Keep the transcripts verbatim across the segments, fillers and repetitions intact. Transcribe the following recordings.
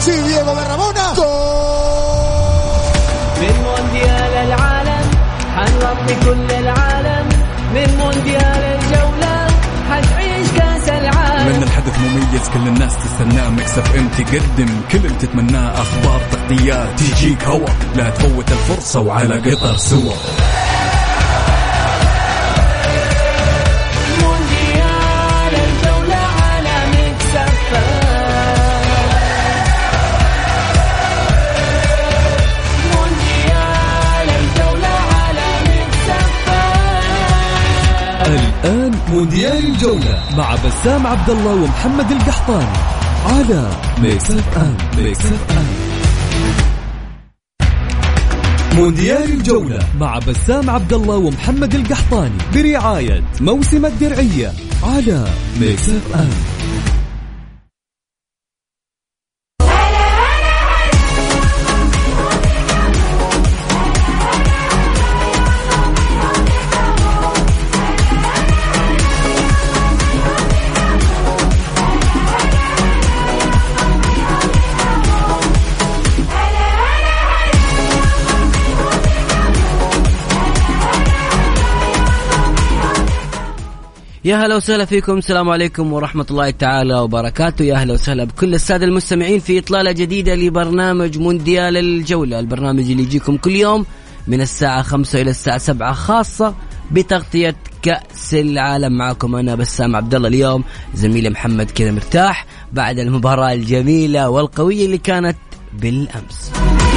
Sí, Diego de Rabona. من مونديال العالم حنغطي كل العالم، من مونديال الجولة حتعيش كاس العالم. من الحدث مميز كل الناس تستناه، ميكس اف ام تقدم كل اللي تتمناه، اخبار تغطيات تجيك هوا، لا تفوت الفرصة وعلى قطر سوا. الآن مونديال الجولة مع بسام عبد الله ومحمد القحطاني على ميكس اف ام. ميكس اف ام مونديال الجولة مع بسام عبد الله ومحمد القحطاني برعاية موسم الدرعية على ميكس اف ام. يا هلا وسهلا فيكم، السلام عليكم ورحمة الله تعالى وبركاته. يا هلا وسهلا بكل السادة المستمعين في إطلالة جديدة لبرنامج مونديال الجولة، البرنامج اللي يجيكم كل يوم من الساعة خمسة إلى الساعة سبعة، خاصة بتغطية كأس العالم. معكم أنا بسام عبد الله. اليوم زميلي محمد كذا مرتاح بعد المباراة الجميلة والقوية اللي كانت بالأمس.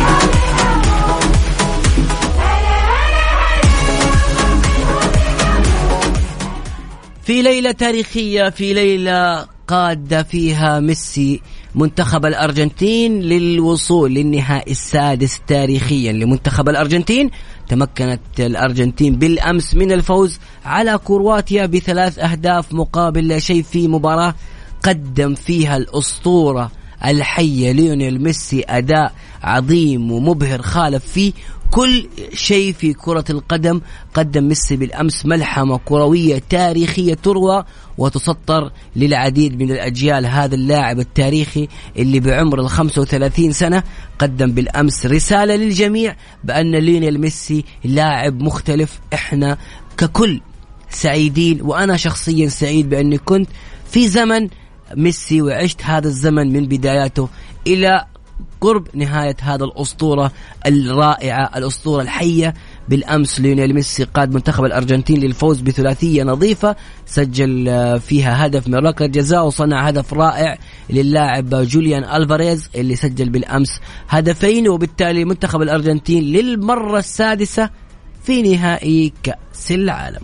في ليلة تاريخية، في ليلة قاد فيها ميسي منتخب الأرجنتين للوصول للنهائي السادس تاريخيا لمنتخب الأرجنتين. تمكنت الأرجنتين بالأمس من الفوز على كرواتيا بثلاث أهداف مقابل لا شيء في مباراة قدم فيها الأسطورة الحية ليونيل ميسي أداء عظيم ومبهر، خالف فيه كل شيء في كرة القدم. قدم ميسي بالأمس ملحمة كروية تاريخية تروى وتسطر للعديد من الأجيال. هذا اللاعب التاريخي اللي بعمر الخمسة وثلاثين سنة قدم بالأمس رسالة للجميع بأن ليونيل ميسي لاعب مختلف. إحنا ككل سعيدين، وأنا شخصيا سعيد بأني كنت في زمن ميسي وعشت هذا الزمن من بداياته إلى قرب نهاية هذا الأسطورة الرائعة، الأسطورة الحية. بالأمس ليونيل ميسي قاد منتخب الأرجنتين للفوز بثلاثية نظيفة، سجل فيها هدف من ركلة جزاء، وصنع هدف رائع للاعب جوليان ألفاريز اللي سجل بالأمس هدفين. وبالتالي منتخب الأرجنتين للمرة السادسة في نهائي كأس العالم.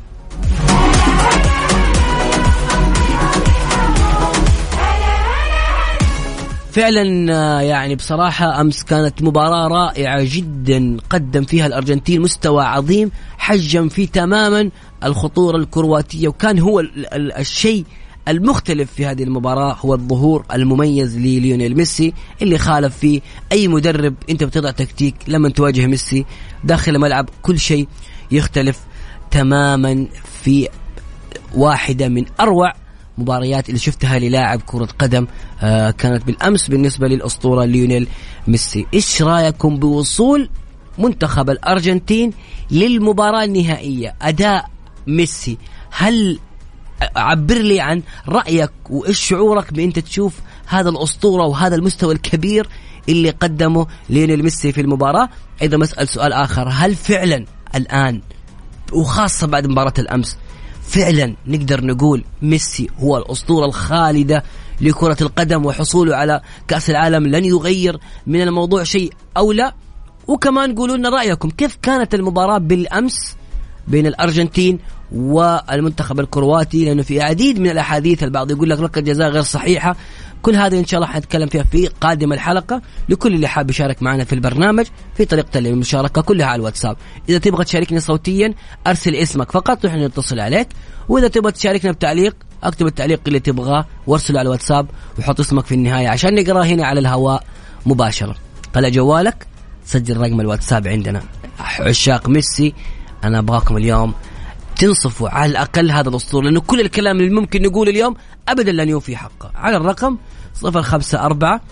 فعلا يعني بصراحة أمس كانت مباراة رائعة جدا، قدم فيها الأرجنتين مستوى عظيم، حجم فيه تماما الخطورة الكرواتية. وكان هو الشيء المختلف في هذه المباراة هو الظهور المميز لليونيل ميسي اللي خالف فيه أي مدرب. أنت بتضع تكتيك لما تواجه ميسي داخل الملعب كل شيء يختلف تماما. في واحدة من أروع مباريات اللي شفتها للاعب كرة قدم آه كانت بالأمس بالنسبة للأسطورة ليونيل ميسي. إيش رأيكم بوصول منتخب الأرجنتين للمباراة النهائية؟ أداء ميسي، هل عبر لي عن رأيك وإيش شعورك بأنت تشوف هذا الأسطورة وهذا المستوى الكبير اللي قدمه ليونيل ميسي في المباراة؟ أيضا مسأل سؤال آخر، هل فعلا الآن وخاصة بعد مباراة الأمس فعلا نقدر نقول ميسي هو الأسطورة الخالدة لكرة القدم وحصوله على كأس العالم لن يغير من الموضوع شيء أو لا؟ وكمان قولوا لنا رأيكم كيف كانت المباراة بالأمس بين الأرجنتين والمنتخب الكرواتي، لأنه في عديد من الأحاديث البعض يقول لك ركلة جزاء غير صحيحة. كل هذا إن شاء الله حنتكلم فيها في قادم الحلقة. لكل اللي حاب يشارك معنا في البرنامج في طريقة المشاركة كلها على الواتساب. إذا تبغى تشاركني صوتيا أرسل اسمك فقط ونحن نتصل عليك، وإذا تبغى تشاركنا بتعليق أكتب التعليق اللي تبغاه وارسله على الواتساب وحط اسمك في النهاية عشان نقرأ هنا على الهواء مباشرة. طلع جوالك سجل رقم الواتساب عندنا. عشاق ميسي أنا أبغاكم اليوم تنصفوا على الأقل هذا الأسطورة، لأنه كل الكلام اللي ممكن نقول اليوم أبدا لن يوفي حقه. على الرقم صفر خمسة أربعة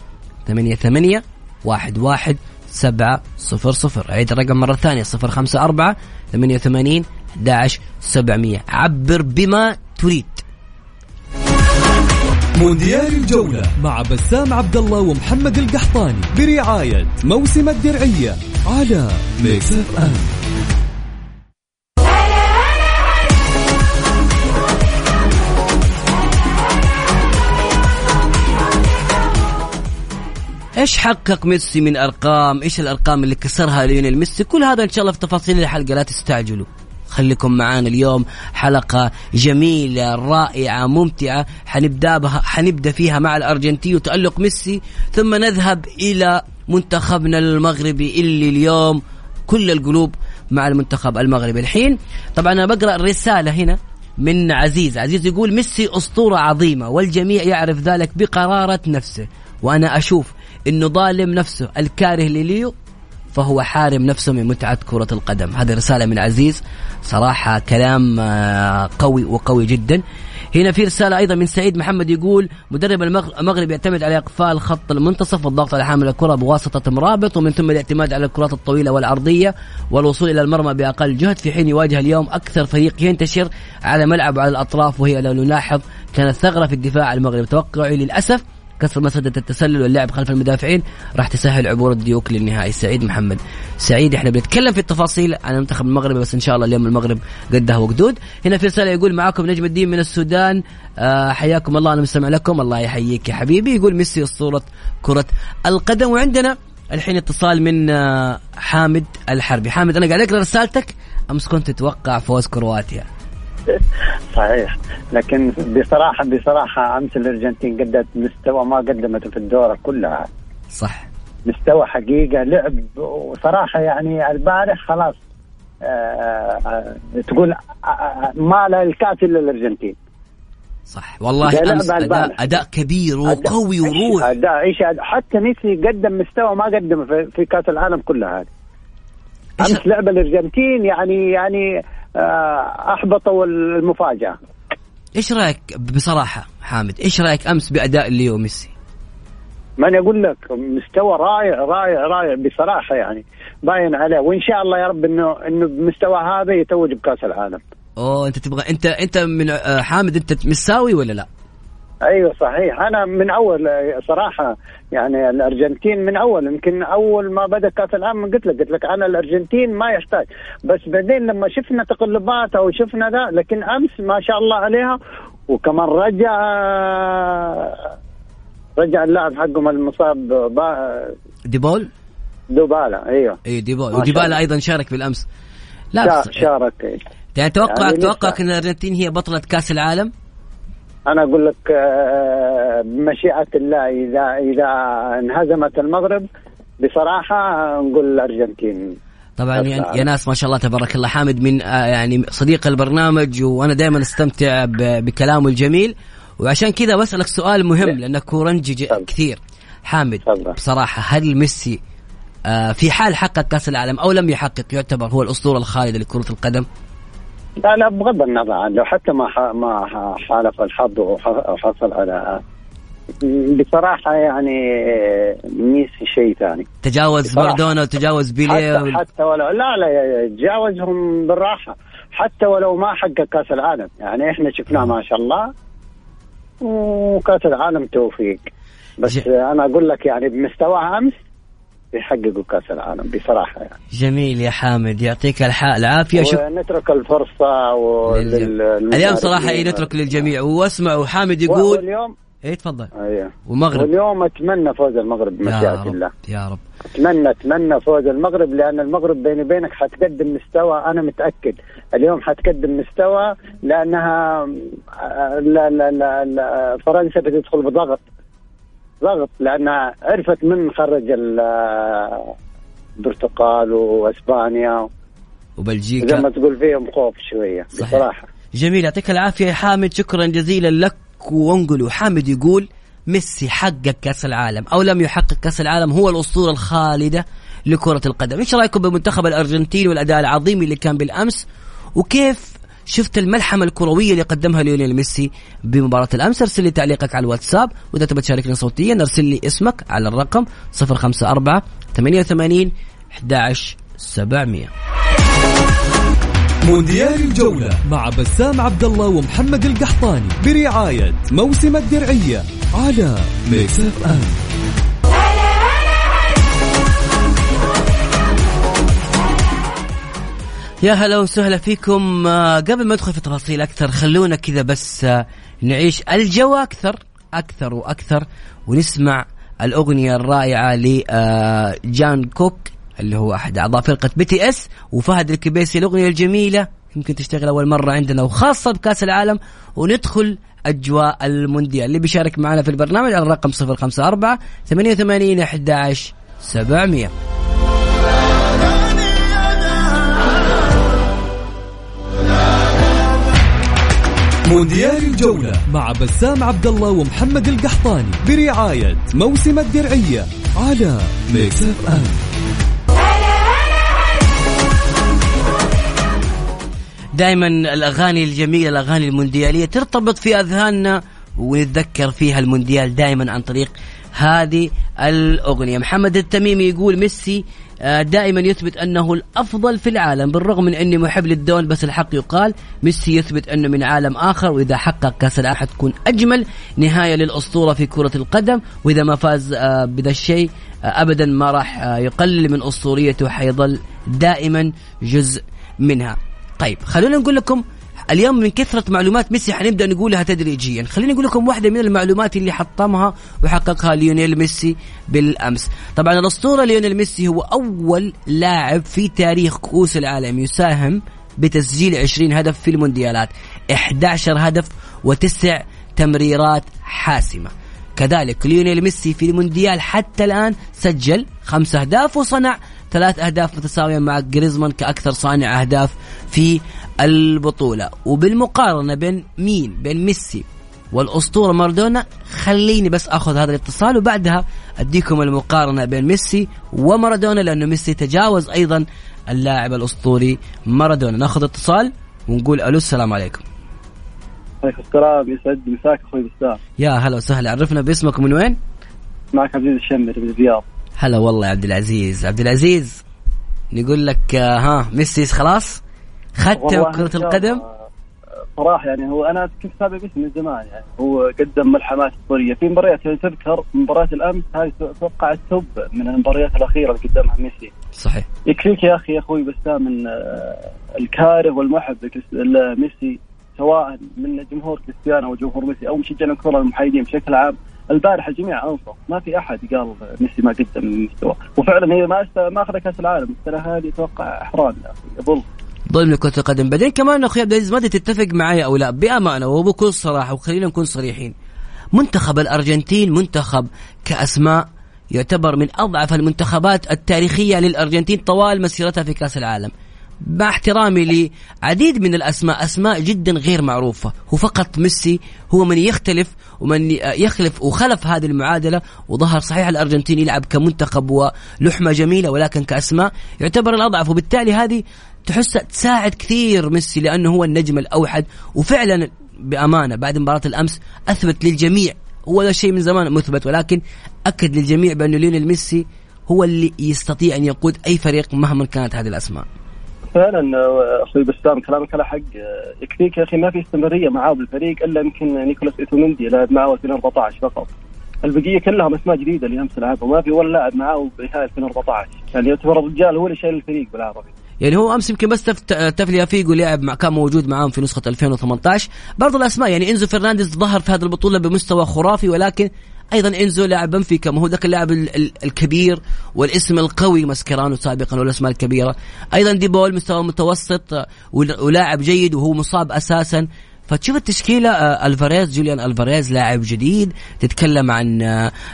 ثمانية ثمانية واحد واحد سبعة صفر صفر. عيد الرقم مرة ثانية صفر خمسة أربعة ثمانية ثمانين أحد عشر سبعمية. عبر بما تريد. مونديال الجولة مع بسام عبد الله ومحمد القحطاني برعاية موسم الدرعية على ميكس اف ام. ايش حقق ميسي من ارقام؟ ايش الارقام اللي كسرها ليونيل ميسي؟ كل هذا ان شاء الله في تفاصيل الحلقه، لا تستعجلوا، خليكم معانا اليوم. حلقه جميله رائعه ممتعه، حنبدا بها حنبدا فيها مع الارجنتين وتألق ميسي، ثم نذهب الى منتخبنا المغربي اللي اليوم كل القلوب مع المنتخب المغربي. الحين طبعا انا بقرا الرساله هنا من عزيز. عزيز يقول ميسي اسطوره عظيمه والجميع يعرف ذلك بقراره نفسه، وانا اشوف انه ظالم نفسه الكاره لليو فهو حارم نفسه من متعة كرة القدم. هذه رسالة من عزيز، صراحة كلام قوي وقوي جدا. هنا في رسالة أيضا من سعيد محمد يقول مدرب المغرب يعتمد على إقفال خط المنتصف والضغط على حامل الكرة بواسطة مرابط، ومن ثم الاعتماد على الكرات الطويلة والعرضية والوصول إلى المرمى بأقل جهد، في حين يواجه اليوم أكثر فريق ينتشر على ملعب على الأطراف، وهي لو نلاحظ كانت ثغرة في الدفاع المغربي. توقعي للأسف كسر مسدة التسلل واللعب خلف المدافعين راح تسهل عبور الديوك للنهائي. سعيد محمد. سعيد احنا بنتكلم في التفاصيل عن المنتخب المغربي، بس ان شاء الله اليوم المغرب قدها وقدود. هنا في رسالة يقول معاكم نجم الدين من السودان، آه حياكم الله، انا مستمع لكم. الله يحييك يا حبيبي. يقول ميسي اسطورة كرة القدم. وعندنا الحين اتصال من آه حامد الحربي. حامد انا قاعد اقرا رسالتك، امس كنت تتوقع فوز كرواتيا. صحيح، لكن بصراحة بصراحة أمس الأرجنتين قدمت مستوى ما قدمته في الدورة كلها. صح، مستوى حقيقة لعب، وصراحة يعني البارح خلاص آآ آآ تقول آآ ما لا الكاس إلا الأرجنتين. صح والله، أمس أداء, أداء كبير وقوي وروح. أداء إيش حتى ميسي قدم مستوى ما قدم في, في كاس العالم كلها هذه. أمس لعب الأرجنتين يعني يعني أحبطوا المفاجأة. إيش رأيك بصراحة حامد؟ إيش رأيك أمس بأداء ليو ميسي؟ من يقول لك مستوى رائع رائع رائع بصراحة، يعني باين عليه، وإن شاء الله يا رب إنه إنه بمستوى هذا يتوج بكأس العالم. أوه أنت تبغى أنت أنت من حامد أنت مساوي ولا لا؟ ايوه صحيح، انا من اول صراحه يعني الارجنتين من اول، يمكن اول ما بدا كاس العالم قلت لك قلت لك انا الارجنتين ما يحتاج، بس بعدين لما شفنا تقلبات او شفنا ذا، لكن امس ما شاء الله عليها. وكمان رجع رجع اللاعب حقهم المصاب ديبول دوبالا. ايوه اي ديبول، وديبالا ايضا شارك بالامس. لا شارك. يعني توقع يعني توقع ان الارجنتين هي بطله كاس العالم. أنا أقول لك بمشيئة الله إذا إذا انهزمت المغرب بصراحة نقول الأرجنتين. طبعا يعني يا ناس ما شاء الله تبارك الله، حامد من يعني صديق البرنامج، وأنا دائما استمتع بكلامه الجميل، وعشان كذا بسألك سؤال مهم لأنك كورنجي كثير. حامد بصراحة، هل ميسي في حال حقق كأس العالم أو لم يحقق يعتبر هو الأسطورة الخالدة لكرة القدم؟ لا لا بغض النظر عن لو حتى ما ما حالف الحظ وحصل على، بصراحة يعني ميسي شيء ثاني. تجاوز مارادونا وتجاوز بيليه حتى, حتى ولو لا لا تجاوزهم بالراحة، حتى ولو ما حقق كأس العالم. يعني احنا شفناه ما شاء الله، وكأس العالم توفيق، بس ج... أنا أقول لك يعني بمستوى أمس يحققوا كأس العالم بصراحة يعني. جميل يا حامد، يعطيك العافية. شك... نترك الفرصة ولل... اليوم صراحة ايه نترك للجميع. واسمعوا حامد يقول واليوم ايه تفضل. ايوه ومغرب، واليوم اتمنى فوز المغرب بمشيئة الله يا رب. اتمنى اتمنى فوز المغرب، لأن المغرب بيني وبينك حتقدم مستوى، أنا متأكد اليوم حتقدم مستوى، لأنها لا لا لا, لا فرنسا بتدخل بضغط ضغط، لأنها عرفت من خرج البرتقال واسبانيا وبلجيكا، زي ما تقول فيهم خوف شوية بصراحة. جميل، يعطيك العافية يا حامد، شكرا جزيلا لك. وانقلوا حامد يقول ميسي حقق كأس العالم أو لم يحقق كأس العالم هو الأسطورة الخالدة لكرة القدم. إيش رأيكم بمنتخب الأرجنتين والأداء العظيم اللي كان بالأمس، وكيف شفت الملحمة الكروية اللي قدمها ليونيل ميسي بمباراة الأمس؟ ارسل لي تعليقك على الواتساب، وإذا تبغى تشاركنا صوتيا ارسل لي اسمك على الرقم صفر خمسة أربعة ثمانية وثمانين أحد عشر سبعمية. مونديال الجولة مع بسام عبد الله ومحمد القحطاني برعاية موسم الدرعية على ميكس اف ام. يا هلا وسهلا فيكم. قبل ما ندخل في تفاصيل أكثر خلونا كذا بس نعيش الجو أكثر أكثر وأكثر ونسمع الأغنية الرائعة لجان كوك اللي هو أحد أعضاء فرقة بي تي اس وفهد الكبيسي. الأغنية الجميلة يمكن تشتغل أول مرة عندنا وخاصة بكأس العالم، وندخل أجواء المونديال. اللي بيشارك معنا في البرنامج على الرقم صفر خمسة أربعة ثمانية وثمانين أحد عشر سبعمية. مونديال الجولة مع بسام عبد الله ومحمد القحطاني برعاية موسم الدرعية على ميكس اف ام. دائما الأغاني الجميلة الأغاني المونديالية ترتبط في أذهاننا ونتذكر فيها المونديال دائما عن طريق هذه الأغنية. محمد التميمي يقول ميسي دائما يثبت أنه الأفضل في العالم، بالرغم من أني محب للدون بس الحق يقال ميسي يثبت أنه من عالم آخر، وإذا حقق كأس العالم حتكون أجمل نهاية للأسطورة في كرة القدم، وإذا ما فاز بذا الشيء أبدا ما راح يقلل من أسطوريته، حيظل دائما جزء منها. طيب خلونا نقول لكم اليوم من كثرة معلومات ميسي حنبدأ نقولها تدريجيا. خلينا نقول لكم واحدة من المعلومات اللي حطمها وحققها ليونيل ميسي بالأمس. طبعا الأسطورة ليونيل ميسي هو أول لاعب في تاريخ كؤوس العالم يساهم بتسجيل عشرين هدف في المونديالات، إحدى عشر هدف وتسع تمريرات حاسمة. كذلك ليونيل ميسي في المونديال حتى الآن سجل خمس أهداف وصنع ثلاث أهداف متساوية مع جريزمان كأكثر صانع أهداف في البطولة. وبالمقارنة بين مين بين ميسي والأسطورة مارادونا، خليني بس أخذ هذا الاتصال وبعدها أديكم المقارنة بين ميسي ومارادونا، لأنه ميسي تجاوز أيضا اللاعب الأسطوري مارادونا. نأخذ اتصال ونقول ألو السلام عليكم. عليكم السلام، يسعد مساك أخوي بسام. يا هلا وسهلا، عرفنا باسمك من وين؟ معك عبد العزيز الشمري من الرياض. هلا والله يا عبد العزيز. عبد العزيز نقول لك ها ميسي خلاص ختم كرة القدم. صراحة يعني هو أنا كنت سابق بس من زمان، يعني هو قدم ملحمات أسطورية في مباريات. يعني تذكر مباراة الأمس هذه توقع التوب من المباريات الأخيرة اللي قدمها ميسي. صحيح. يكفيك يا أخي أخوي بسام من الكاره والمحب لميسي، سواء من جمهور كريستيانو أو جمهور ميسي أو مشجعين الكرة المحايدين بشكل عام. البارحة الجميع أنصف، ما في أحد قال ميسي ما قدم من مستوى، وفعلا هي ما ما أخذ كأس العالم السنة هذه. أتوقع إحرام يا أخي، ظلم ظلم لكرة القدم. بعدين كمان أخوي عبد العزيز ما تتفق معي أو لا بأمانة وبكل صراحة، وخلينا نكون صريحين، منتخب الأرجنتين منتخب كأسماء يعتبر من أضعف المنتخبات التاريخية للأرجنتين طوال مسيرتها في كأس العالم، مع احترامي لعديد من الأسماء، أسماء جدا غير معروفة. هو فقط ميسي هو من يختلف ومن يخلف وخلف هذه المعادلة، وظهر صحيح الأرجنتين يلعب كمنتخب ولحمة جميلة، ولكن كأسماء يعتبر الأضعف، وبالتالي هذه تحس تساعد كثير ميسي لأنه هو النجم الأوحد. وفعلا بأمانة بعد مباراة الأمس أثبت للجميع، هو ذا شيء من زمان مثبت، ولكن أكد للجميع بأنه ليونيل ميسي هو اللي يستطيع أن يقود أي فريق مهما كانت هذه الأسماء. فعلا أخوي بسام كلامك على حق. يكفيك يا أخي ما في استمرارية معاه بالفريق إلا يمكن نيكولاس إيتوميندي لعب معه ألفين وأربعة عشر فقط، البقية كلهم أسماء جديدة اللي أمس لعبوا، وما في ولا لاعب معاه بنهاية ألفين وأربعة عشر. يعني يعتبر الرجال هو اللي شايل الفريق بالعربي. يعني هو أمس يمكن بس تفلي فيجو لعب مع كان موجود معاهم في نسخة ألفين وثمانية عشر. برضو الأسماء يعني إنزو فرنانديز ظهر في هذه البطولة بمستوى خرافي، ولكن أيضا إنزو لاعب بنفيكا، ما هو ذاك اللاعب الكبير والاسم القوي ماسكيرانو سابقا والأسماء الكبيرة. أيضا ديبول مستوى متوسط ولاعب جيد وهو مصاب أساسا. فتشوف التشكيلة ألفاريز جوليان ألفاريز لاعب جديد، تتكلم عن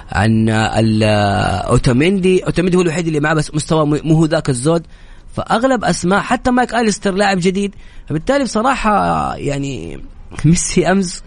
عن أوتاميندي أوتاميندي هو الوحيد اللي معه بس مستوى مو هو ذاك الزود. فأغلب أسماء حتى مايك أليستر لاعب جديد. فبالتالي بصراحة يعني ميسي أمس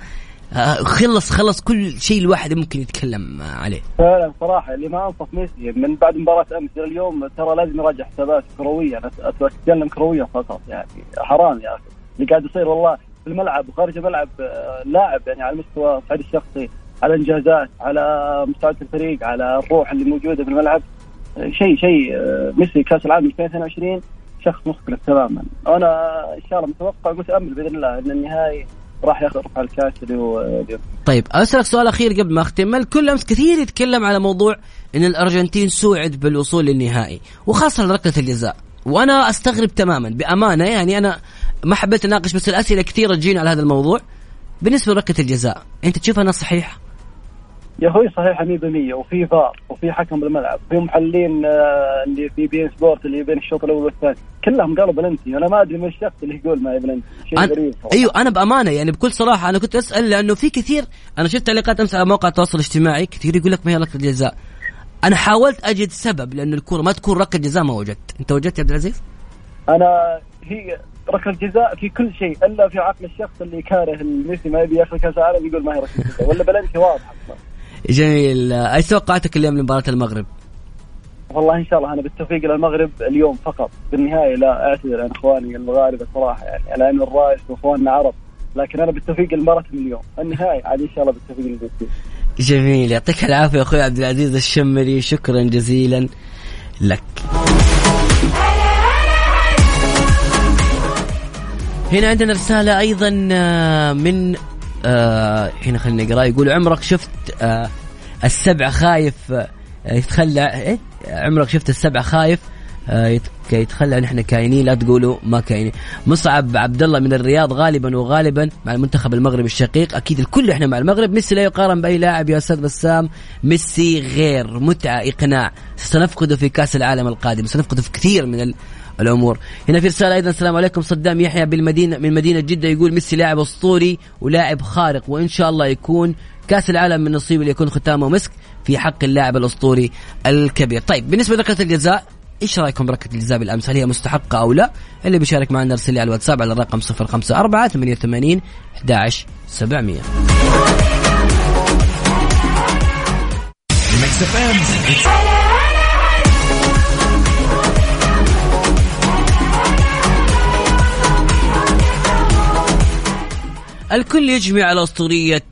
خلص خلص كل شيء الواحد ممكن يتكلم عليه. فعلا صراحة اللي ما أنصف ميسي من بعد مباراة أمس اليوم ترى لازم يراجع حسابات كروية. أنا أتكلم كروية فقط، يعني حرام يا أخي. اللي قاعد يصير والله في الملعب وخارج الملعب لاعب يعني على المستوى الصعيد الشخصي، على انجازات، على مساعدة الفريق، على الروح اللي موجودة في الملعب، شيء شيء ميسي كأس العالم ألفين واثنين وعشرين شخص مختلف تماما. أنا إن شاء الله متوقع متأمل بإذن الله أن النهائي راح ياخذ رفع الكاس اللي هو. طيب أسألك سؤال أخير قبل ما أختم. الكل أمس كثير يتكلم على موضوع إن الأرجنتين سوعد بالوصول للنهائي وخاصة ركلة الجزاء، وأنا أستغرب تماما بأمانة. يعني أنا ما حبيت أناقش بس الأسئلة كثيرة تجينا على هذا الموضوع. بالنسبة لركلة الجزاء أنت تشوفها أنها صحيحة؟ يا أخوي صحيحة مية بالمية، وفي فار وفي حكم بالملعب وفي محللين اللي في بين سبورت اللي بين الشوط الأول والثاني كلهم قالوا بلنتي. أنا ما أدري من الشخص اللي يقول ما بلنتي، شيء أنا غريب. أيوه أنا بأمانة يعني بكل صراحة أنا كنت أسأل لأنه في كثير، أنا شفت تعليقات أمس على مواقع التواصل الاجتماعي كثير يقول لك ما هي ركلة جزاء. أنا حاولت أجد سبب لأنه الكرة ما تكون ركلة جزاء، ما وجدت. أنت وجدت يا عبد العزيز؟ أنا هي ركلة جزاء في كل شيء إلا في عقل الشخص اللي كاره الميسي ما يبي ياخذ كأس العالم يقول ما هي ركلة جزاء ولا بلنتي واضحة. جميل. أي توقعاتك اليوم لمباراة المغرب؟ والله إن شاء الله أنا بالتوفيق للمغرب اليوم فقط. بالنهاية لا أعتذر عن إخواني المغاربة صراحة، يعني على أن الرايس وإخواننا عرب، لكن أنا بالتوفيق للمباراة اليوم. النهاية عاد إن شاء الله بالتوفيق للمغرب. جميل، يعطيك العافية أخوي عبد العزيز الشمري، شكرا جزيلا لك. هنا عندنا رسالة أيضا من آه هنا خلينا نقرأ. يقول عمرك شفت آه السبع خايف آه يتخلى إيه؟ عمرك شفت السبع خايف آه يتخلى نحن كاينين، لا تقولوا ما كاينين. مصعب عبد الله من الرياض، غالبا وغالبا مع المنتخب المغربي الشقيق. أكيد الكل إحنا مع المغرب. ميسي لا يقارن بأي لاعب يا أستاذ بسام. ميسي غير متعة إقناع، سنفقده في كأس العالم القادم، سنفقده في كثير من ال الأمور. هنا في رسالة أيضا. السلام عليكم، صدام يحيى بالمدينة من مدينة جدة، يقول ميسي لاعب أسطوري ولاعب خارق، وإن شاء الله يكون كأس العالم من نصيب اللي يكون ختامه مسك في حق اللاعب الأسطوري الكبير. طيب بالنسبة لركلة الجزاء إيش رأيكم بركلة الجزاء بالأمس؟ هل هي مستحقة أو لا؟ اللي بيشارك معنا ارسل لي على الواتساب على الرقم صفر خمسة أربعة ثمانية ثمانين أحد عشر سبعمية. الكل يجمع على أسطورية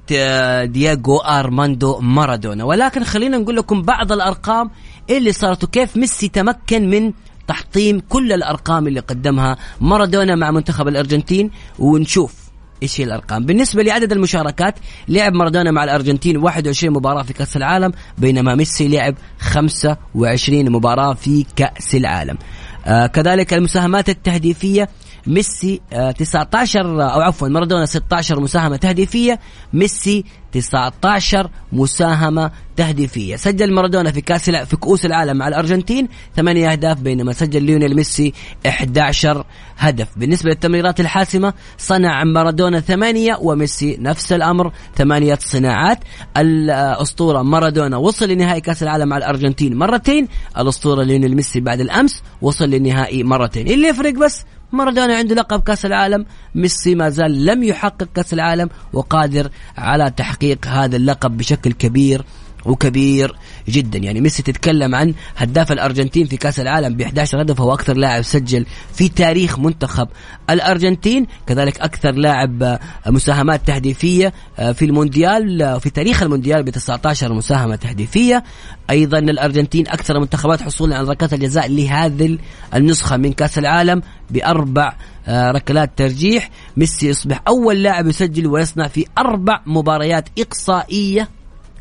دياغو أرماندو مارادونا، ولكن خلينا نقول لكم بعض الأرقام اللي صارت وكيف ميسي تمكن من تحطيم كل الأرقام اللي قدمها مارادونا مع منتخب الأرجنتين، ونشوف إيش هي الأرقام. بالنسبة لعدد المشاركات، لعب مارادونا مع الأرجنتين واحد وعشرين مباراة في كأس العالم، بينما ميسي لعب خمسة وعشرين مباراة في كأس العالم. آه كذلك المساهمات التهديفية، ميسي آه تسعة عشر أو عفوا مارادونا ستة عشر مساهمة تهديفية، ميسي تسعة عشر مساهمة تهديفية. سجل مارادونا في كأس في كؤوس العالم مع الأرجنتين ثمانية أهداف، بينما سجل ليونيل ميسي أحد عشر هدف. بالنسبة للتمريرات الحاسمة، صنع مارادونا ثمانية وميسي نفس الأمر ثمانية صناعات. الأسطورة مارادونا وصل لنهائي كأس العالم مع الأرجنتين مرتين، الأسطورة ليونيل ميسي بعد الأمس وصل للنهائي مرتين. اللي يفرق بس مارادونا عنده لقب كأس العالم، ميسي ما زال لم يحقق كأس العالم وقادر على تحقيق هذا اللقب بشكل كبير وكبير جدا. يعني ميسي تتكلم عن هداف الأرجنتين في كأس العالم ب أحد عشر هدف، هو أكثر لاعب سجل في تاريخ منتخب الأرجنتين، كذلك أكثر لاعب مساهمات تهديفية في المونديال في تاريخ المونديال ب تسعة عشر مساهمة تهديفية. أيضا الأرجنتين أكثر المنتخبات حصولا على ركلات الجزاء لهذه النسخة من كأس العالم بأربع ركلات ترجيح. ميسي يصبح أول لاعب يسجل ويصنع في أربع مباريات إقصائية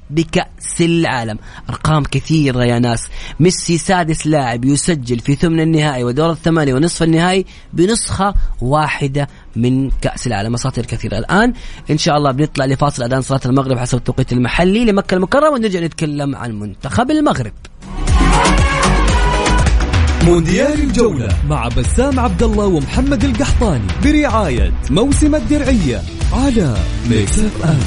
بكأس العالم. أرقام كثيرة يا ناس. ميسي سادس لاعب يسجل في ثمن النهائي ودور الثمانية ونصف النهائي بنسخة واحدة من كأس العالم. أساطير كثيرة. الآن إن شاء الله بنطلع لفاصل أذان صلاة المغرب حسب التوقيت المحلي لمكة المكرمة، ونرجع نتكلم عن منتخب المغرب. مونديال الجولة مع بسام عبد الله ومحمد القحطاني برعاية موسم الدرعية على ميكس اف ام.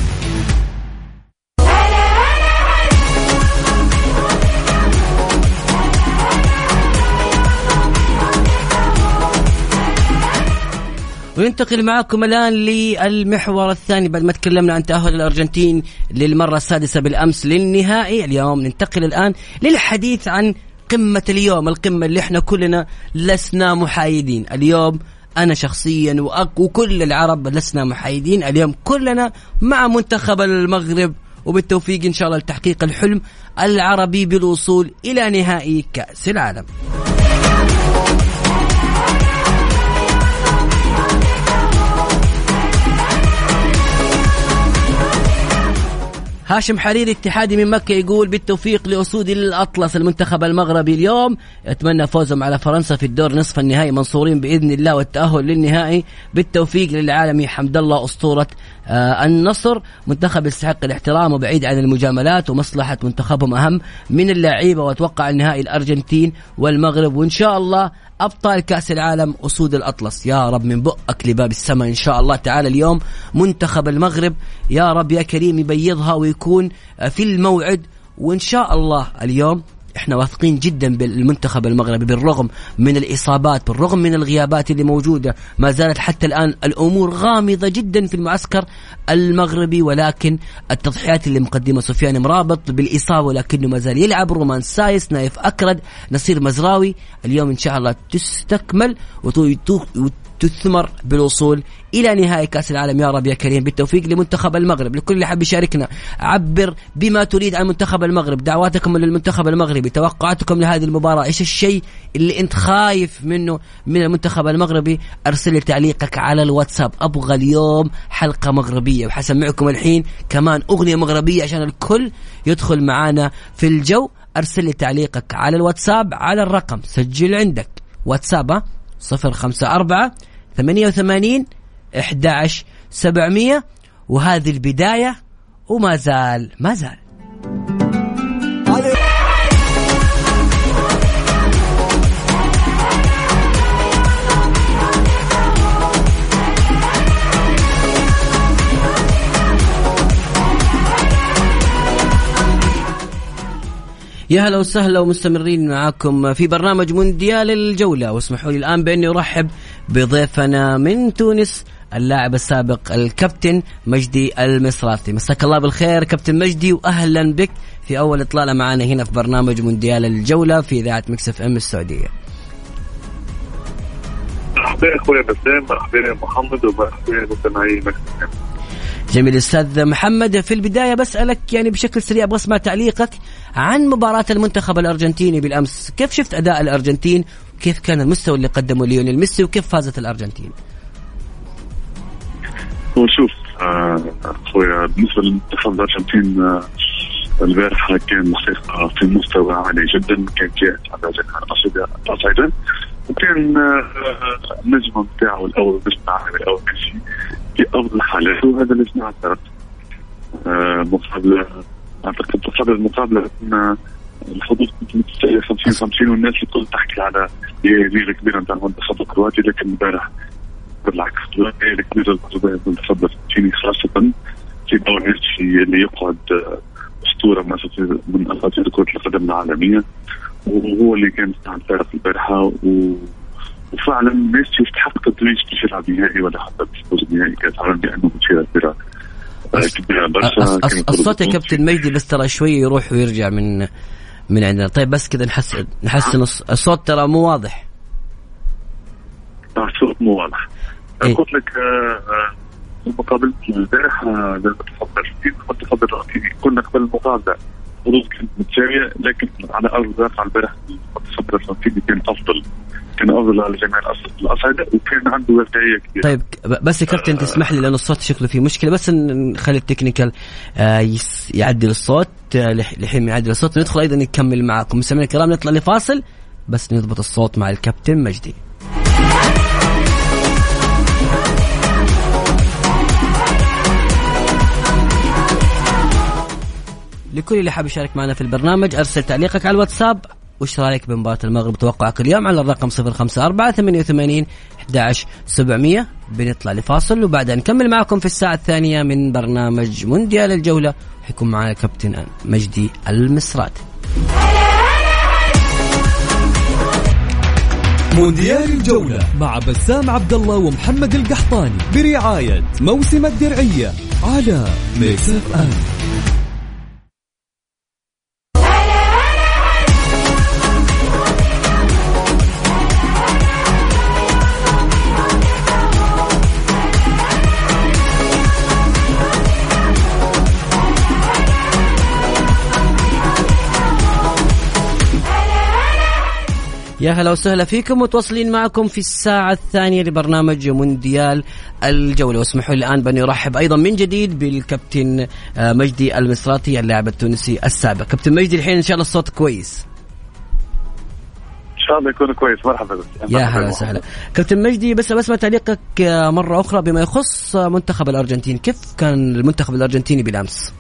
وننتقل معكم الآن للمحور الثاني بعد ما تكلمنا عن تأهل الأرجنتين للمرة السادسة بالأمس للنهائي. اليوم ننتقل الآن للحديث عن قمة اليوم، القمة اللي احنا كلنا لسنا محايدين. اليوم أنا شخصيا وكل العرب لسنا محايدين اليوم، كلنا مع منتخب المغرب، وبالتوفيق إن شاء الله لتحقيق الحلم العربي بالوصول إلى نهائي كأس العالم. هاشم حريري اتحادي من مكة يقول بالتوفيق لأسود الأطلس المنتخب المغربي اليوم، أتمنى فوزهم على فرنسا في الدور نصف النهائي منصورين بإذن الله والتأهل للنهائي. بالتوفيق للعالمي حمد الله أسطورة آه النصر، منتخب يستحق الاحترام وبعيد عن المجاملات، ومصلحة منتخبهم أهم من اللعيبة، وأتوقع النهائي الأرجنتين والمغرب، وإن شاء الله أبطال كأس العالم أسود الأطلس. يا رب من بؤك لباب السماء إن شاء الله تعالى اليوم منتخب المغرب، يا رب يا كريم يبيضها ويكون في الموعد، وإن شاء الله اليوم احنا واثقين جدا بالمنتخب المغربي بالرغم من الإصابات، بالرغم من الغيابات اللي موجودة، ما زالت حتى الآن الأمور غامضة جدا في المعسكر المغربي، ولكن التضحيات اللي مقدمة سفيان مرابط بالإصابة ولكنه ما زال يلعب، رومان سايس، نايف أكرد، نصير مزراوي، اليوم إن شاء الله تستكمل وتثمر بالوصول إلى نهائي كأس العالم. يا رب يا كريم بالتوفيق لمنتخب المغرب. لكل اللي حاب يشاركنا عبر بما تريد عن منتخب المغرب، دعواتكم للمنتخب المغربي، توقعاتكم لهذه المباراة، إيش الشيء اللي أنت خايف منه من المنتخب المغربي، أرسل لي تعليقك على الواتساب. أبغى اليوم حلقة مغربية، وحسمعكم الحين كمان أغنية مغربية عشان الكل يدخل معانا في الجو. أرسل لي تعليقك على الواتساب على الرقم، سجل عندك واتساب صفر خمسة أربعة ثمانية وثمانين أحد عشر سبعمية، وهذه البداية وما زال ما زال يا هلا وسهلا ومستمرين معاكم في برنامج مونديال الجولة. واسمحوا لي الآن بأني أرحب بضيفنا من تونس اللاعب السابق الكابتن مجدي المصراثي. مساك الله بالخير كابتن مجدي، وأهلا بك في أول إطلالة معنا هنا في برنامج مونديال الجولة في إذاعة ميكس اف ام السعودية. مرحبا أخويا بسام، مرحبا محمد، ومرحبا مستمعي ميكس اف ام. جميل أستاذ محمد، في البداية بسألك يعني بشكل سريع أبغى أسمع تعليقك عن مباراة المنتخب الأرجنتيني بالأمس. كيف شفت أداء الأرجنتين، وكيف كان المستوى اللي قدمه ليونيل ميسي، وكيف فازت الأرجنتين؟ وشوف أخويا بالنسبة للمنتخب الأرجنتين آه البارحة كان حقيقة في مستوى عالي جدا، كان جاهز على جميع الأصعدة، وكان النجم بتاعه الأول نجم العالمي الأول ميسي في أفضل حالاته، وهذا اللي سمعت مقابلة أعتقد قبل المقابلة أن الحظوظ كنت متساوية خمسين خمسين، والناس الكل تحكي على ليلة كبيرة نتاع المنتخب الكرواتي، لكن امبارح بالعكس ليلة كبيرة المنتخب الأرجنتيني، خاصة في دور ميسي اللي يقعد أسطورة من أساطير كرة القدم العالمية، وهو اللي كان يستعمل الفارق البارحة، و وفعلا ميسي يستحق تدريج في يلعب نهائي ولا حتى يفوز بنهائي كأس العالم، لأنه مسيرة كبيرة كبيرة برشا. الصوت يا كابتن مجدي بس ترى شوي يروح ويرجع من من عندنا. طيب بس كذا نحسن نحسن الصوت، ترى مو واضح. الصوت مو واضح. قلت لك مقابلة البارحة للمنتخب الأرجنتيني والمنتخب الأرجنتيني كنا قبل المقابلة حظوظ كانت متساوية، لكن على أرض الواقع البارحة المنتخب الأرجنتيني كان أفضل، كان أفضل على جميع الأصعدة، وكان عنده واقعية كبيرة. طيب بس يا كابتن تسمح لي لأن الصوت شكله فيه مشكلة، بس نخلي التكنيكال يعدل الصوت، لحين يعدل الصوت ندخل أيضا نكمل معكم. مستمعينا الكرام نطلع لفاصل بس نضبط الصوت مع الكابتن مجدي. لكل اللي حاب يشارك معنا في البرنامج أرسل تعليقك على الواتساب، وش رأيك بمباراة المغرب، توقعك اليوم على الرقم صفر خمسة أربعة ثمانية وثمانين أحد عشر سبعمية. بنطلع لفاصل وبعدها نكمل معكم في الساعة الثانية من برنامج مونديال الجولة، حيكون معنا كابتن مجدي المصراثي. مونديال الجولة مع بسام عبد الله ومحمد القحطاني برعاية موسم الدرعية على ميكس اف ام. يا هلا وسهلا فيكم، متواصلين معكم في الساعة الثانية لبرنامج مونديال الجولة. واسمحوا لي الآن بأن أرحب أيضا من جديد بالكابتن مجدي المصراتي اللاعب التونسي السابق. كابتن مجدي الحين إن شاء الله الصوت كويس؟ إن شاء الله يكون كويس. مرحبا بك. يا هلا وسهلا كابتن مجدي، بس بسمع تعليقك مرة أخرى بما يخص منتخب الأرجنتين. كيف كان المنتخب الأرجنتيني بالأمس؟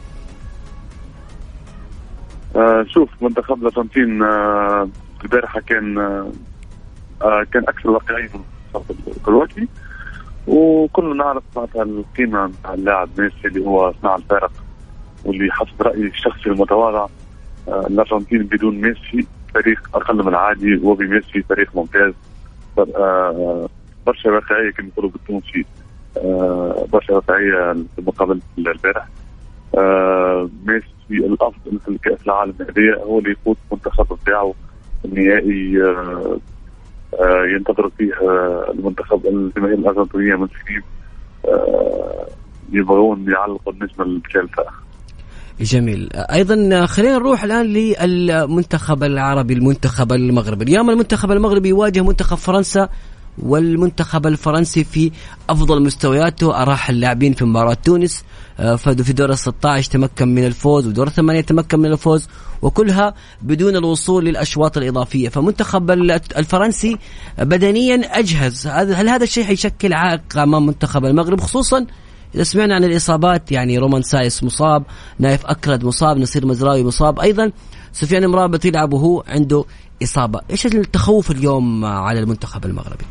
آه شوف منتخب الأرجنتين آه البارحة كان آه كان أكثر واقعية من المنتخب الكرواتي، وكلنا نعرف معناتها القيمة مع اللاعب ميسي اللي هو صنع الفارق، واللي حسب رأيي الشخصي المتواضع آه الأرجنتين بدون ميسي فريق أقل من العادي، وبميسي فريق ممتاز. آه برشا واقعية كما يقولوا بالتونسي، آه برشا واقعية في مقابلة البارح. آه ميسي الأفضل في كأس العالم هذه هو اللي يفوت منتخب بتاعه النهائي آه آه ينتظر فيه آه المنتخب الجماهير الأرجنتينية من سنين، آه يبغون يعلقوا النجمة الثالثة. جميل. أيضا خلينا نروح الآن للمنتخب العربي، المنتخب المغربي. اليوم المنتخب المغربي يواجه منتخب فرنسا، والمنتخب الفرنسي في أفضل مستوياته. أراح اللاعبين في مباراة تونس، فازوا في دور الستة عشر تمكن من الفوز، ودور الثمانية تمكن من الفوز، وكلها بدون الوصول للأشواط الإضافية. فمنتخب الفرنسي بدنيا أجهز. هل هذا الشيء حيشكل عائق أمام منتخب المغرب، خصوصا إذا سمعنا عن الإصابات؟ يعني رومان سايس مصاب، نايف أكرد مصاب، نصير مزراوي مصاب، أيضا سفيان مرابط يلعب وهو عنده إصابة. إيش التخوف اليوم على المنتخب المغربي؟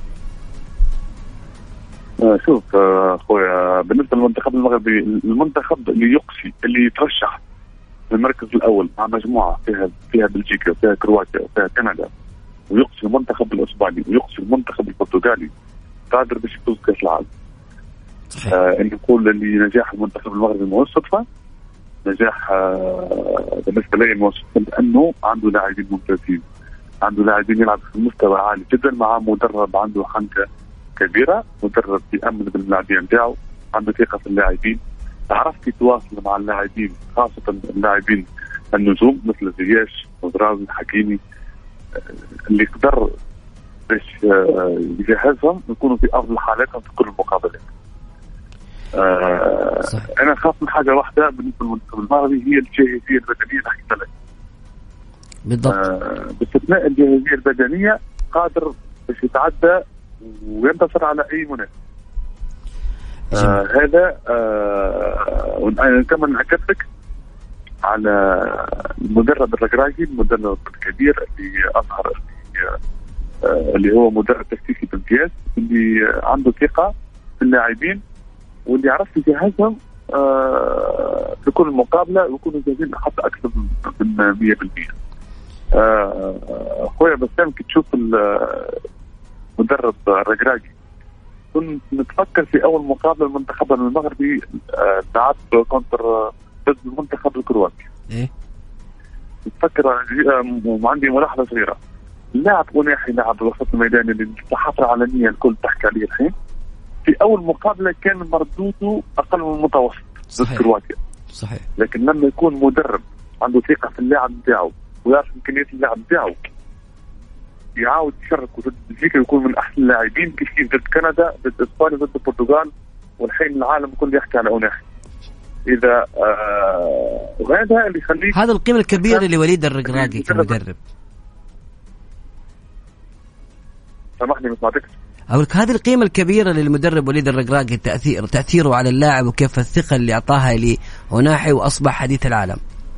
شوف أخويا، بالنسبة للمنتخب المغربي، المنتخب اللي يقصي اللي يترشح للمركز الأول مع مجموعة فيها فيها بلجيكا وفيها كرواتيا وفيها كندا، ويقصي المنتخب الإسباني ويقصي المنتخب البرتغالي، قادر باش يفوز كأس العالم. آه إن نقول اللي نجاح المنتخب المغربي مو صدفة، نجاح آه بالنسبة لي مو صدفة، لأنه عنده لاعبين ممتازين، عنده لاعبين يلعب في مستوى عالي جدا، مع مدرب عنده حنكة كبيرة، مدرب يأمن باللاعبين نتاعو، عنده ثقة في اللاعبين، عرفت يتواصل مع اللاعبين، خاصة اللاعبين النجوم مثل زياش وزراوي حكيمي، اللي يقدر باش يجهزهم يكونوا في أفضل حالاتهم في كل المقابلات. آه أنا خاف من حاجة واحدة بالنسبة للمنتخب المغربي، هي الجاهزية البدنية اللي حكيت لك. بالضبط. آه باستثناء الجاهزية البدنية قادر باش يتعدى وينتصر على أي منافس. آه هذا آه وأنا كمان أكد لك على المدرب الركراكي، المدرب الكبير اللي أظهر اللي, آه اللي هو مدرب تكتيكي بامتياز، اللي عنده ثقة في اللاعبين، واللي يعرف يجهزهم آه في كل مقابلة ويكونوا جاهزين حتى أكثر من مية بالمية. أخويا بس كي تشوف المدرب الركراكي، كنت نتفكر في أول مقابلة المنتخب المغربي لعب كونتر ضد المنتخب الكرواتي. إيه؟ نتفكر وعندي ملاحظة صغيرة، اللاعب وناحي لاعب وسط الميدان اللي الصحافة العالمية الكل تحكي عليه الحين، في أول مقابلة كان مردوده أقل من المتوسط ضد كرواتيا. صحيح. لكن لما يكون مدرب عنده ثقة في اللاعب بتاعه ويعرف إمكانيات اللاعب بتاعه، يعاود يشارك ضد بلجيكا يكون من أحسن اللاعبين، كيف كيف ضد كندا، ضد إسبانيا، ضد البرتغال، والحين العالم كله يحكي على أوناحي. إذا آه وهذا اللي يخليك، هذا القيمة الكبيرة لوليد الركراكي كمدرب. سامحني ما سمعتكش. أقول لك هذه القيمة الكبيرة للمدرب وليد الركراكي، التأثير تأثيره على اللاعب، وكيف الثقة اللي أعطاها لأوناحي وأصبح حديث العالم.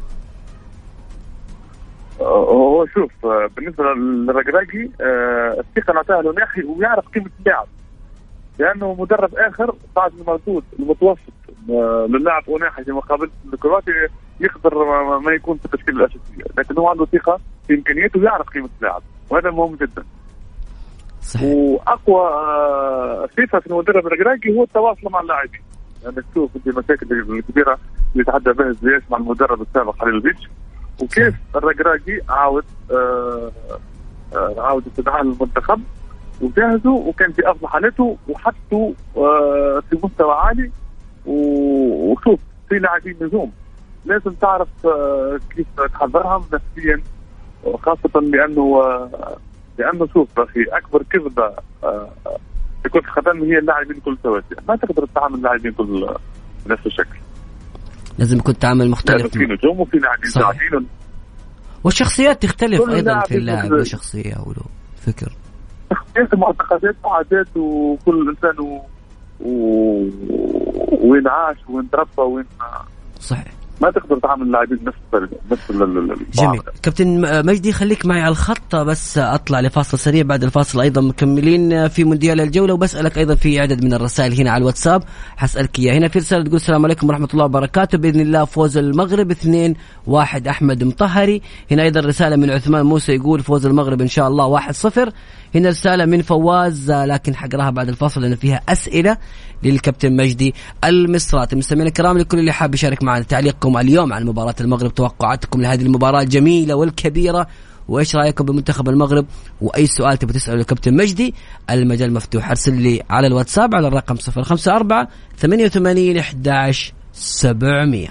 هو شوف بالنسبة للركراكي الثقة اللي أعطاها لأوناحي ويعرف قيمة اللاعب، لأنه مدرب آخر بعد المردود المتوسط للاعب أوناحي في مقابلة الكرواتيا يقدر ما يكون في التشكيلة الأساسية، لكن هو عنده ثقة في إمكانياته ويعرف قيمة اللاعب، وهذا مهم جدا. صحيح. وأقوى صفة في المدرب الركراكي هو التواصل مع اللاعبين، يعني تشوف يعني المشاكل الكبيرة اللي تحدى بها زياش مع المدرب السابق خليل بيتش، وكيف الركراكي عاود آه آه عاود استدعاء المنتخب وجهزوا وكان في أفضل حالته وحطوا آه في مستوى عالي. وشوف في لاعبين نجوم لازم تعرف آه كيف تحضرهم نفسيا، خاصة لأنه آه لانه شوف اخي اكبر كذبه آه يكون خدم هي اللاعبين كل سواسية، ما تقدر تتعامل اللاعبين كل نفس الشكل، لازم يكون تعامل مختلف، في نجوم وفي لاعبين لاعبين والشخصيات تختلف ايضا في اللاعب، له شخصيه وله فكر، شخصيات ومعتقدات وعادات، وكل انسان و... و... وين عاش وين تربى وين صحيح، ما تقدر تعمل اللاعبين نفس نفس ال جميل. كابتن مجدي خليك معي على الخط، بس اطلع لفاصل سريع، بعد الفاصل ايضا مكملين في مونديال الجوله، وبسالك ايضا في عدد من الرسائل هنا على الواتساب حسالك اياها. هنا في رساله تقول السلام عليكم ورحمه الله وبركاته، باذن الله فوز المغرب اثنين واحد احمد مطهري. هنا ايضا رساله من عثمان موسى يقول فوز المغرب ان شاء الله واحد صفر. هنا رساله من فواز لكن حقراها بعد الفاصل لان فيها اسئله للكابتن مجدي المصراتي. مستمعينا الكرام، لكل اللي حاب يشارك معنا تعليقكم اليوم عن مباراة المغرب، توقعاتكم لهذه المباراة الجميلة والكبيرة، وإيش رأيكم بمنتخب المغرب، وأي سؤال تبي تسأله الكابتن مجدي، المجال مفتوح. أرسل لي على الواتساب على الرقم صفر خمسة أربعة ثمانية وثمانين أحد عشر سبعمية.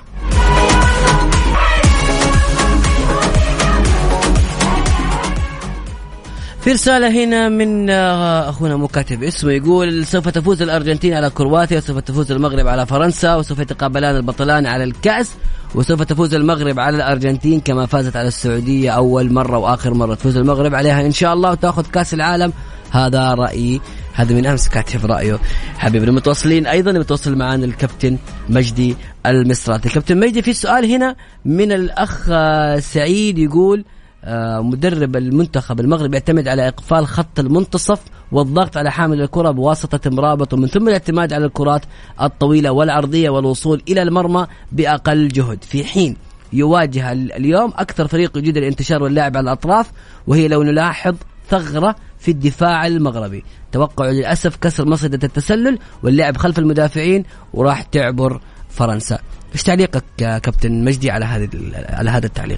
في رسالة هنا من أخونا مكاتب اسمه يقول سوف تفوز الأرجنتين على كرواتيا، وسوف تفوز المغرب على فرنسا، وسوف يتقابلان البطلان على الكأس، وسوف تفوز المغرب على الأرجنتين كما فازت على السعودية أول مرة وآخر مرة، تفوز المغرب عليها إن شاء الله وتأخذ كأس العالم. هذا رأيي، هذا من أمس كاتب رأيه حبيبنا. متواصلين أيضا متواصل معنا الكابتن مجدي المصراتي. الكابتن مجدي في سؤال هنا من الأخ سعيد يقول مدرب المنتخب المغرب يعتمد على إقفال خط المنتصف والضغط على حامل الكرة بواسطة مرابط، ومن ثم الاعتماد على الكرات الطويلة والعرضية والوصول إلى المرمى بأقل جهد، في حين يواجه اليوم أكثر فريق يجيد الانتشار واللعب على الأطراف، وهي لو نلاحظ ثغرة في الدفاع المغربي. توقع للأسف كسر مصيدة التسلل واللعب خلف المدافعين وراح تعبر فرنسا. إيش تعليقك يا كابتن مجدي على هذا على هذا التعليق؟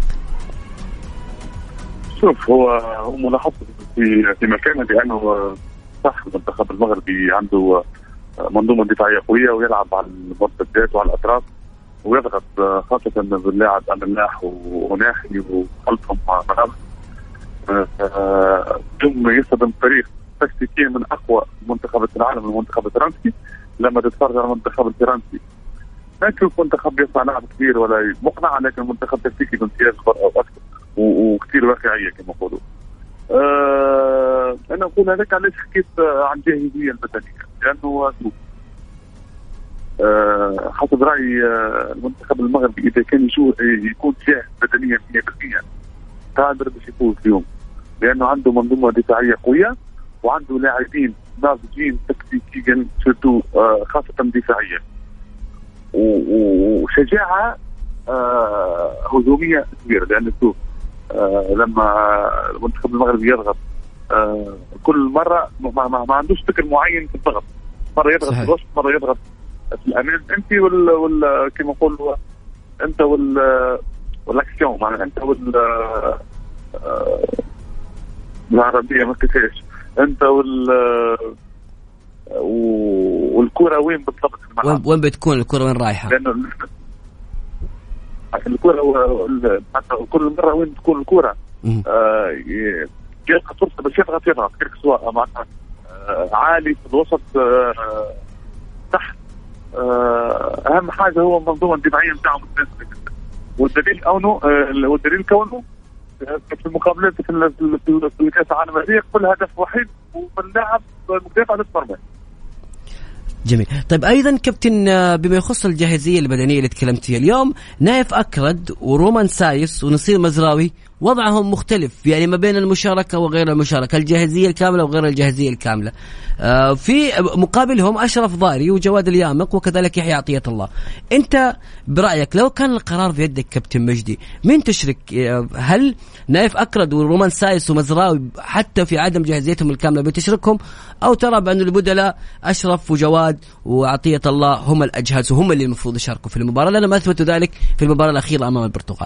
شوف هو هو ملاحظة في في مكانه، لأنه صح المنتخب المغربي عنده منظومة دفاعية قوية ويلعب على المرتدات وعلى الأطراف ويضغط خاصة باللاعب أملاح وناحي وخلفهم منابس، ثم يصدم فريق تكتيكيا من أقوى منتخبات العالم المنتخب الفرنسي. لما تتفرج على المنتخب الفرنسي ما تشوف منتخب يصنع لعب كثير ولا مقنع، لكن منتخب تكتيكي بامتياز أو أكثر وكثير واقعية كما يقولوا. أه أنا أقول هذاك علاش حكيت عن جاهزية البدنية، لأنه أه حسب رأيي المنتخب المغربي إذا كان يكون جاهز بدنيا مية بالمية قادر باش يفوز اليوم، لأنه عنده منظومة دفاعية قوية وعنده لاعبين ناضجين تكتيكيا شدوا أه خاصة دفاعيا وشجاعة أه هجومية كبيرة. لأنه شوف آه لما المنتخب المغربي يضغط آه كل مرة ما, ما, ما عندوش فكر معين في الضغط، مرة يضغط في الوسط مرة يضغط في الأمام، أنت وال, وال كما نقول أنت وال والأكسيون معناها أنت وال آه العربية ما كيفاش أنت وال والكرة وين بالضبط وين, وين بتكون الكرة وين رايحة، لأنه الكرة حتى كل مرة وين تكون الكرة آه يلقى فرصة باش يضغط يضغط كيف سواء معناتها آه عالي في الوسط آه تحت آه أهم حاجة هو المنظومة الدفاعية نتاعهم، والدليل كونه آه والدليل كونه في المقابلات في في كأس العالم هذه كل هدف وحيد واللاعب مدافع للمرمى. جميل. طيب أيضا كابتن بما يخص الجاهزية البدنية اللي تكلمت فيها اليوم، نايف أكرد ورومان سايس ونصير مزراوي وضعهم مختلف يعني ما بين المشاركة وغير المشاركة، الجاهزية الكاملة وغير الجاهزية الكاملة. آه في مقابلهم أشرف ضاري وجواد اليامق وكذلك يحيى عطية الله. أنت برأيك لو كان القرار بيدك كابتن مجدي مين تشرك؟ هل نايف أكرد ورومان سايس ومزراوي حتى في عدم جاهزيتهم الكاملة بتشركهم، أو ترى بأن البدلاء أشرف وجواد وعطية الله هم الأجهز وهم اللي المفروض يشاركوا في المباراة، لأنهم ما أثبتوا ذلك في المباراة الأخيرة أمام البرتغال؟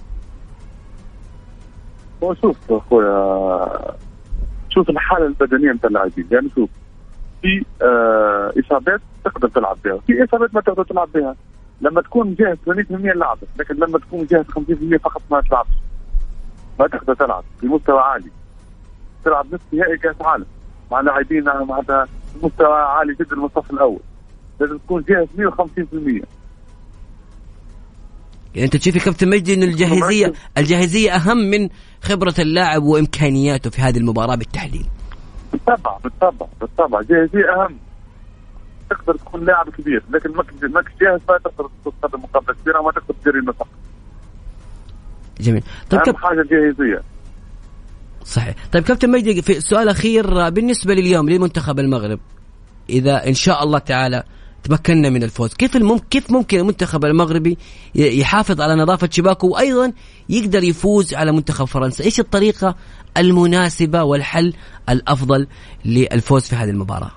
شوف أخويا، شوف الحالة البدنية متاع اللاعبين، يعني شوف في آه إصابات تقدر تلعب بها، في إصابات ما تقدر تلعب بها. لما تكون جاهز ثمانين بالمئة لعبت، لكن لما تكون جاهز خمسين بالمئة فقط ما تلعبش، ما تقدر تلعب بمستوى عالي. تلعب نصف نهائي كاس عالم مع لاعبين معناتها مستوى عالي جدا من الصف الاول، لازم تكون جاهز مية وخمسين بالمية. يعني انت تشوف يا كابتن مجدي ان الجاهزيه الجاهزيه اهم من خبره اللاعب وامكانياته في هذه المباراه بالتحليل؟ بالطبع بالطبع بالطبع جاهزيه اهم. تقدر تكون لاعب كبير لكن ما كنت جاهز ما تقدر تقدم مقابله كبيره وما تقدر تجري النفق. جميل. طيب اهم حاجه جاهزيه. صحيح. طيب كابتن مجدي، في سؤال اخير بالنسبه لليوم لمنتخب المغرب، اذا ان شاء الله تعالى تمكننا من الفوز، كيف الممكن كيف ممكن المنتخب المغربي يحافظ على نظافه شباكه وايضا يقدر يفوز على منتخب فرنسا؟ ايش الطريقه المناسبه والحل الافضل للفوز في هذه المباراه؟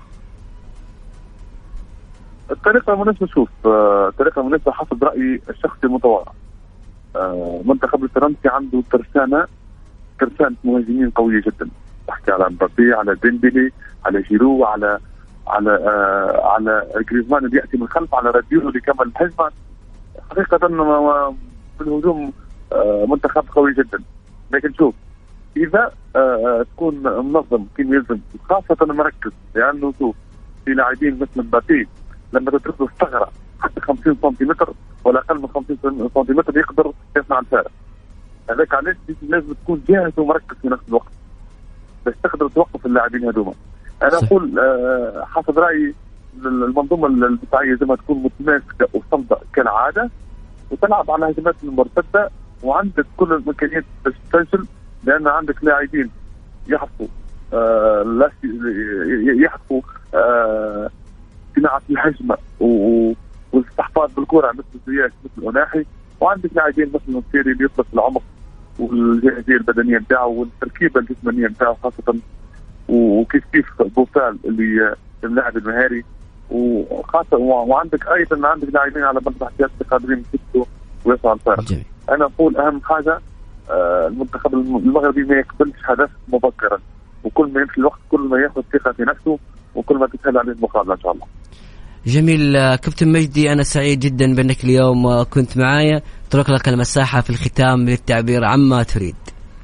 الطريقه المناسبه، شوف الطريقه المناسبه حسب رايي الشخصي المتواضع. المنتخب الفرنسي عنده ترسانه ترسانه مهاجمين قويه جدا، تحكي على مبابي، على ديمبلي، على جيرو، على على آه على جريزمان اللي ياتي من الخلف، على راديولو اللي كمل الهجمه. حقيقه في الهجوم آه منتخب قوي جدا. لكن شوف اذا آه تكون منظم كيف يلزم، خاصه مركز، لانه شوف في لاعبين مثل مبابي لما تترك له الثغره حتى خمسين سنتيمتر ولا اقل من خمسين سنتيمتر يقدر يصنع الفارق. هذاك علاش لازم تكون جاهز ومركز في نفس الوقت بس تقدر توقف اللاعبين هذوما. انا اقول أه حسب رايي المنظومه الدفاعيه زي ما تكون متماسكه وصلبه كالعاده، وتلعب على هجمات المرتده، وعندك كل الامكانيات باش تسجل، لان عندك لاعبين يحفظوا أه يحفظوا أه صناعه الهجمه والاستحفاظ بالكره مثل زياش مثل أناحي، وعندك لاعبين مثل النصيري اللي يطلق العمق والجاهزيه البدنيه نتاعه والتركيبه الجسمانيه نتاعه خاصه، وكيف كيف بوفال اللي اللاعب المهاري، وخاصه وعندك ايضا عندك لاعبين على مرمى احتياطي قادرين يكسبوا ويصنعوا الفارق. انا اقول اهم حاجه المنتخب المغربي ما يقبلش هدف مبكرا، وكل ما يمشي الوقت كل ما ياخذ ثقه في نفسه وكل ما تسهل عليه المقابله ان شاء الله. جميل. كابتن مجدي، أنا سعيد جدا بأنك اليوم كنت معايا. ترك لك المساحة في الختام للتعبير عما تريد.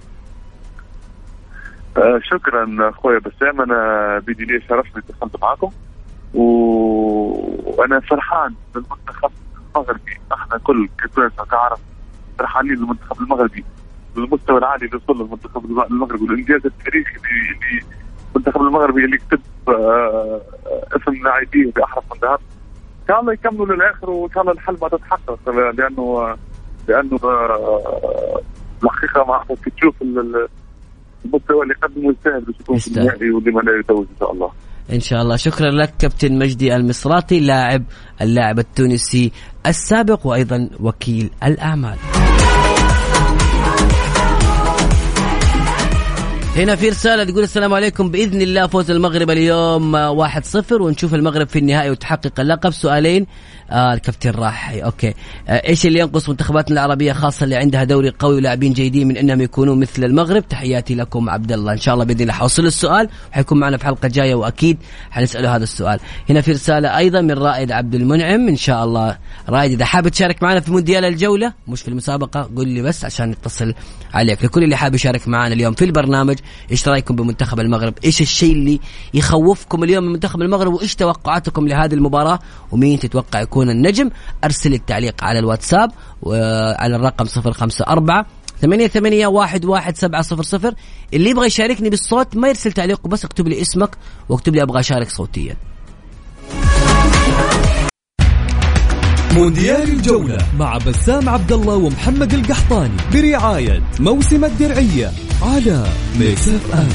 آه شكرا أخوي بسام، أنا بدي لي شرفني دخلت معكم، وأنا فرحان بالمنتخب المغربي. احنا كل كتوانسة تعرف فرحانين للمنتخب المغربي بالمستوى العالي اللي وصل المنتخب المغربي والإنجاز التاريخي اللي المنتخب المغربي اللي كتب آه اسم لاعبيه بأحرف من ذهب. ان شاء الله يكملوا للاخر وان شاء الله الحل ما تتحقق، لانه لانه آه الحقيقه ما عرفت تشوف المستوى اللي قدمه يستاهل باش يكون في النهائي واللي ما لا يتوج ان شاء الله. ان شاء الله. شكرا لك كابتن مجدي المصراتي، لاعب اللاعب التونسي السابق وايضا وكيل الاعمال. هنا في رسالة تقول السلام عليكم، بإذن الله فوز المغرب اليوم واحد صفر ونشوف المغرب في النهائي وتحقق اللقب. سؤالين آه الكابتن راح أوكي آه إيش اللي ينقص منتخباتنا العربية خاصة اللي عندها دوري قوي ولاعبين جيدين من إنهم يكونوا مثل المغرب؟ تحياتي لكم عبد الله. إن شاء الله بإذن الله حوصل السؤال وحيكون معنا في حلقة جاية وأكيد حنسأله هذا السؤال. هنا في رسالة أيضا من رائد عبد المنعم، إن شاء الله رائد إذا حابب تشارك معنا في مونديال الجولة مش في المسابقة قل لي بس عشان نتصل عليك. لكل اللي حابب يشارك معنا اليوم في البرنامج، إيش رأيكم بمنتخب المغرب؟ إيش الشيء اللي يخوفكم اليوم من منتخب المغرب؟ وإيش توقعاتكم لهذه المباراة؟ ومين تتوقع يكون النجم؟ أرسل التعليق على الواتساب وعلى الرقم صفر خمسة أربعة ثمانية ثمانية واحد واحد سبعة صفر صفر. اللي يبغى يشاركني بالصوت ما يرسل تعليق بس اكتب لي اسمك واكتب لي أبغى أشارك صوتيا. مونديال الجولة مع بسام عبد الله ومحمد القحطاني برعاية موسم الدرعية على ميكس اف ام.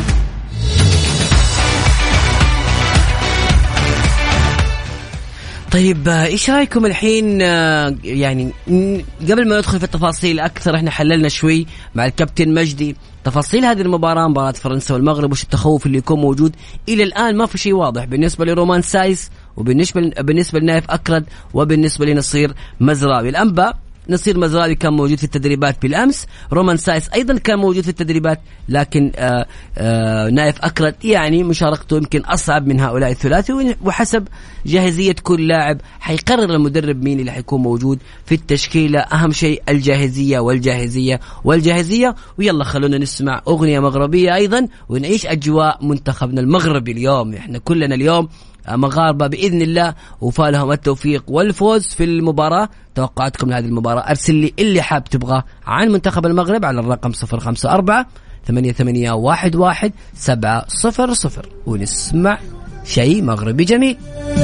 طيب ايش رايكم الحين؟ يعني قبل ما ندخل في التفاصيل اكثر، احنا حللنا شوي مع الكابتن مجدي تفاصيل هذه المباراة، مباراة فرنسا والمغرب، وش التخوف اللي يكون موجود. الى الان ما في شيء واضح بالنسبة لرومان سايس وبالنسبة بالنسبة لنايف أكرد وبالنسبة لنصير مزراوي. الأنباء نصير مزراوي كان موجود في التدريبات بالأمس، رومان سايس أيضا كان موجود في التدريبات، لكن آآ آآ نايف أكرد يعني مشاركته يمكن أصعب من هؤلاء الثلاثي، وحسب جاهزية كل لاعب حيقرر المدرب مين اللي حيكون موجود في التشكيلة. أهم شيء الجاهزية والجاهزية والجاهزية. ويلا خلونا نسمع أغنية مغربية أيضا ونعيش أجواء منتخبنا المغربي اليوم. إحنا كلنا اليوم مغاربة بإذن الله، وفالهم التوفيق والفوز في المباراة. توقعاتكم لهذه المباراة أرسل لي اللي حاب تبغاه عن منتخب المغرب على الرقم صفر خمسة أربعة ثمانية ثمانية واحد واحد سبعة صفر صفر ونسمع شيء مغربي جميل.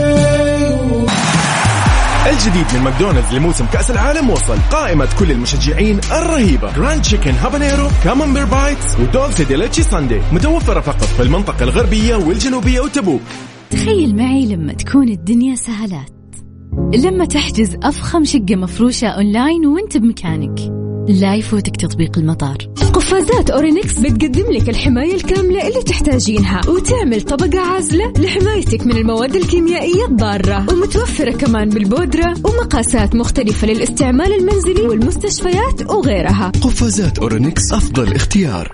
الجديد من ماكدونالدز لموسم كأس العالم وصل. قائمة كل المشجعين الرهيبة، جراند تشيكن هابانيرو، كاممبر بايتس، ودولسي ديليتشي ساندي، متوفرة فقط في المنطقة الغربية والجنوبية وتبوك. تخيل معي لما تكون الدنيا سهلات، لما تحجز أفخم شقة مفروشة أونلاين وانت بمكانك، لا يفوتك تطبيق المطار. قفازات أورينكس بتقدم لك الحماية الكاملة اللي تحتاجينها، وتعمل طبقة عازلة لحمايتك من المواد الكيميائية الضارة، ومتوفرة كمان بالبودرة ومقاسات مختلفة للاستعمال المنزلي والمستشفيات وغيرها. قفازات أورينكس أفضل اختيار.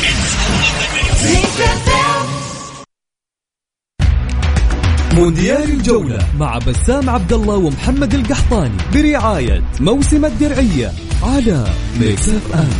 مونديال الجولة مع بسام عبد الله ومحمد القحطاني برعاية موسم الدرعية على ميكس اف ام.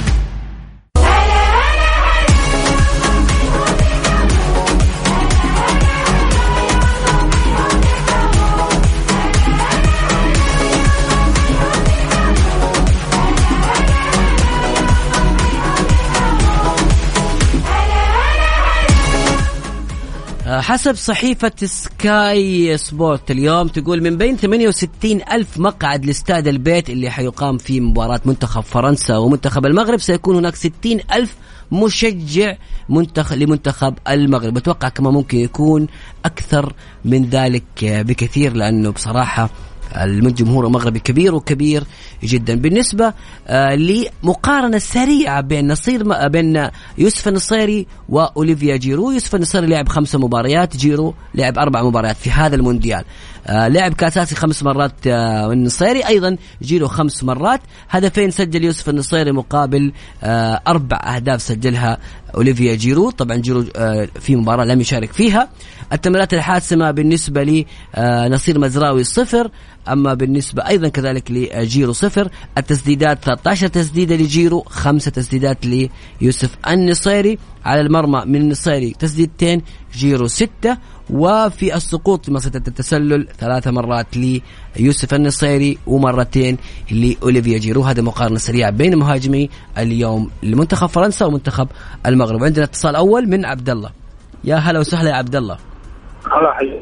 حسب صحيفة سكاي سبورت اليوم تقول من بين ثمانية وستين ألف مقعد لاستاد البيت اللي حيقام فيه مباراة منتخب فرنسا ومنتخب المغرب، سيكون هناك ستين ألف مشجع منتخب لمنتخب المغرب. أتوقع كما ممكن يكون أكثر من ذلك بكثير، لأنه بصراحة الجمهور المغربي كبير وكبير جدا. بالنسبة آه لمقارنة سريعة بين نصير بين يوسف النصيري وأوليفيا جيرو. يوسف النصيري لعب خمس مباريات، جيرو لعب أربع مباريات في هذا المونديال. آه لعب كأساسي خمس مرات آه النصيري، أيضا جيرو خمس مرات. هدفين سجل يوسف النصيري مقابل آه أربع أهداف سجلها أوليفيا جيرو. طبعا جيرو آه في مباراة لم يشارك فيها. التمريرات الحاسمة بالنسبة لي آه نصير مزراوي صفر، أما بالنسبة أيضا كذلك لجيرو صفر. التسديدات ثلاثة عشر تسديدة لجيرو، خمسة تسديدات ليوسف النصيري. على المرمى من النصيري تسديدتين، جيرو ستة. وفي السقوط مسألة التسلل ثلاثة مرات ليوسف النصيري ومرتين لأوليفيا جيرو. هذا مقارنة سريعة بين مهاجمي اليوم لمنتخب فرنسا ومنتخب المغرب. عندنا اتصال أول من عبد الله. يا هلا وسهلا يا عبد الله. هلا حي.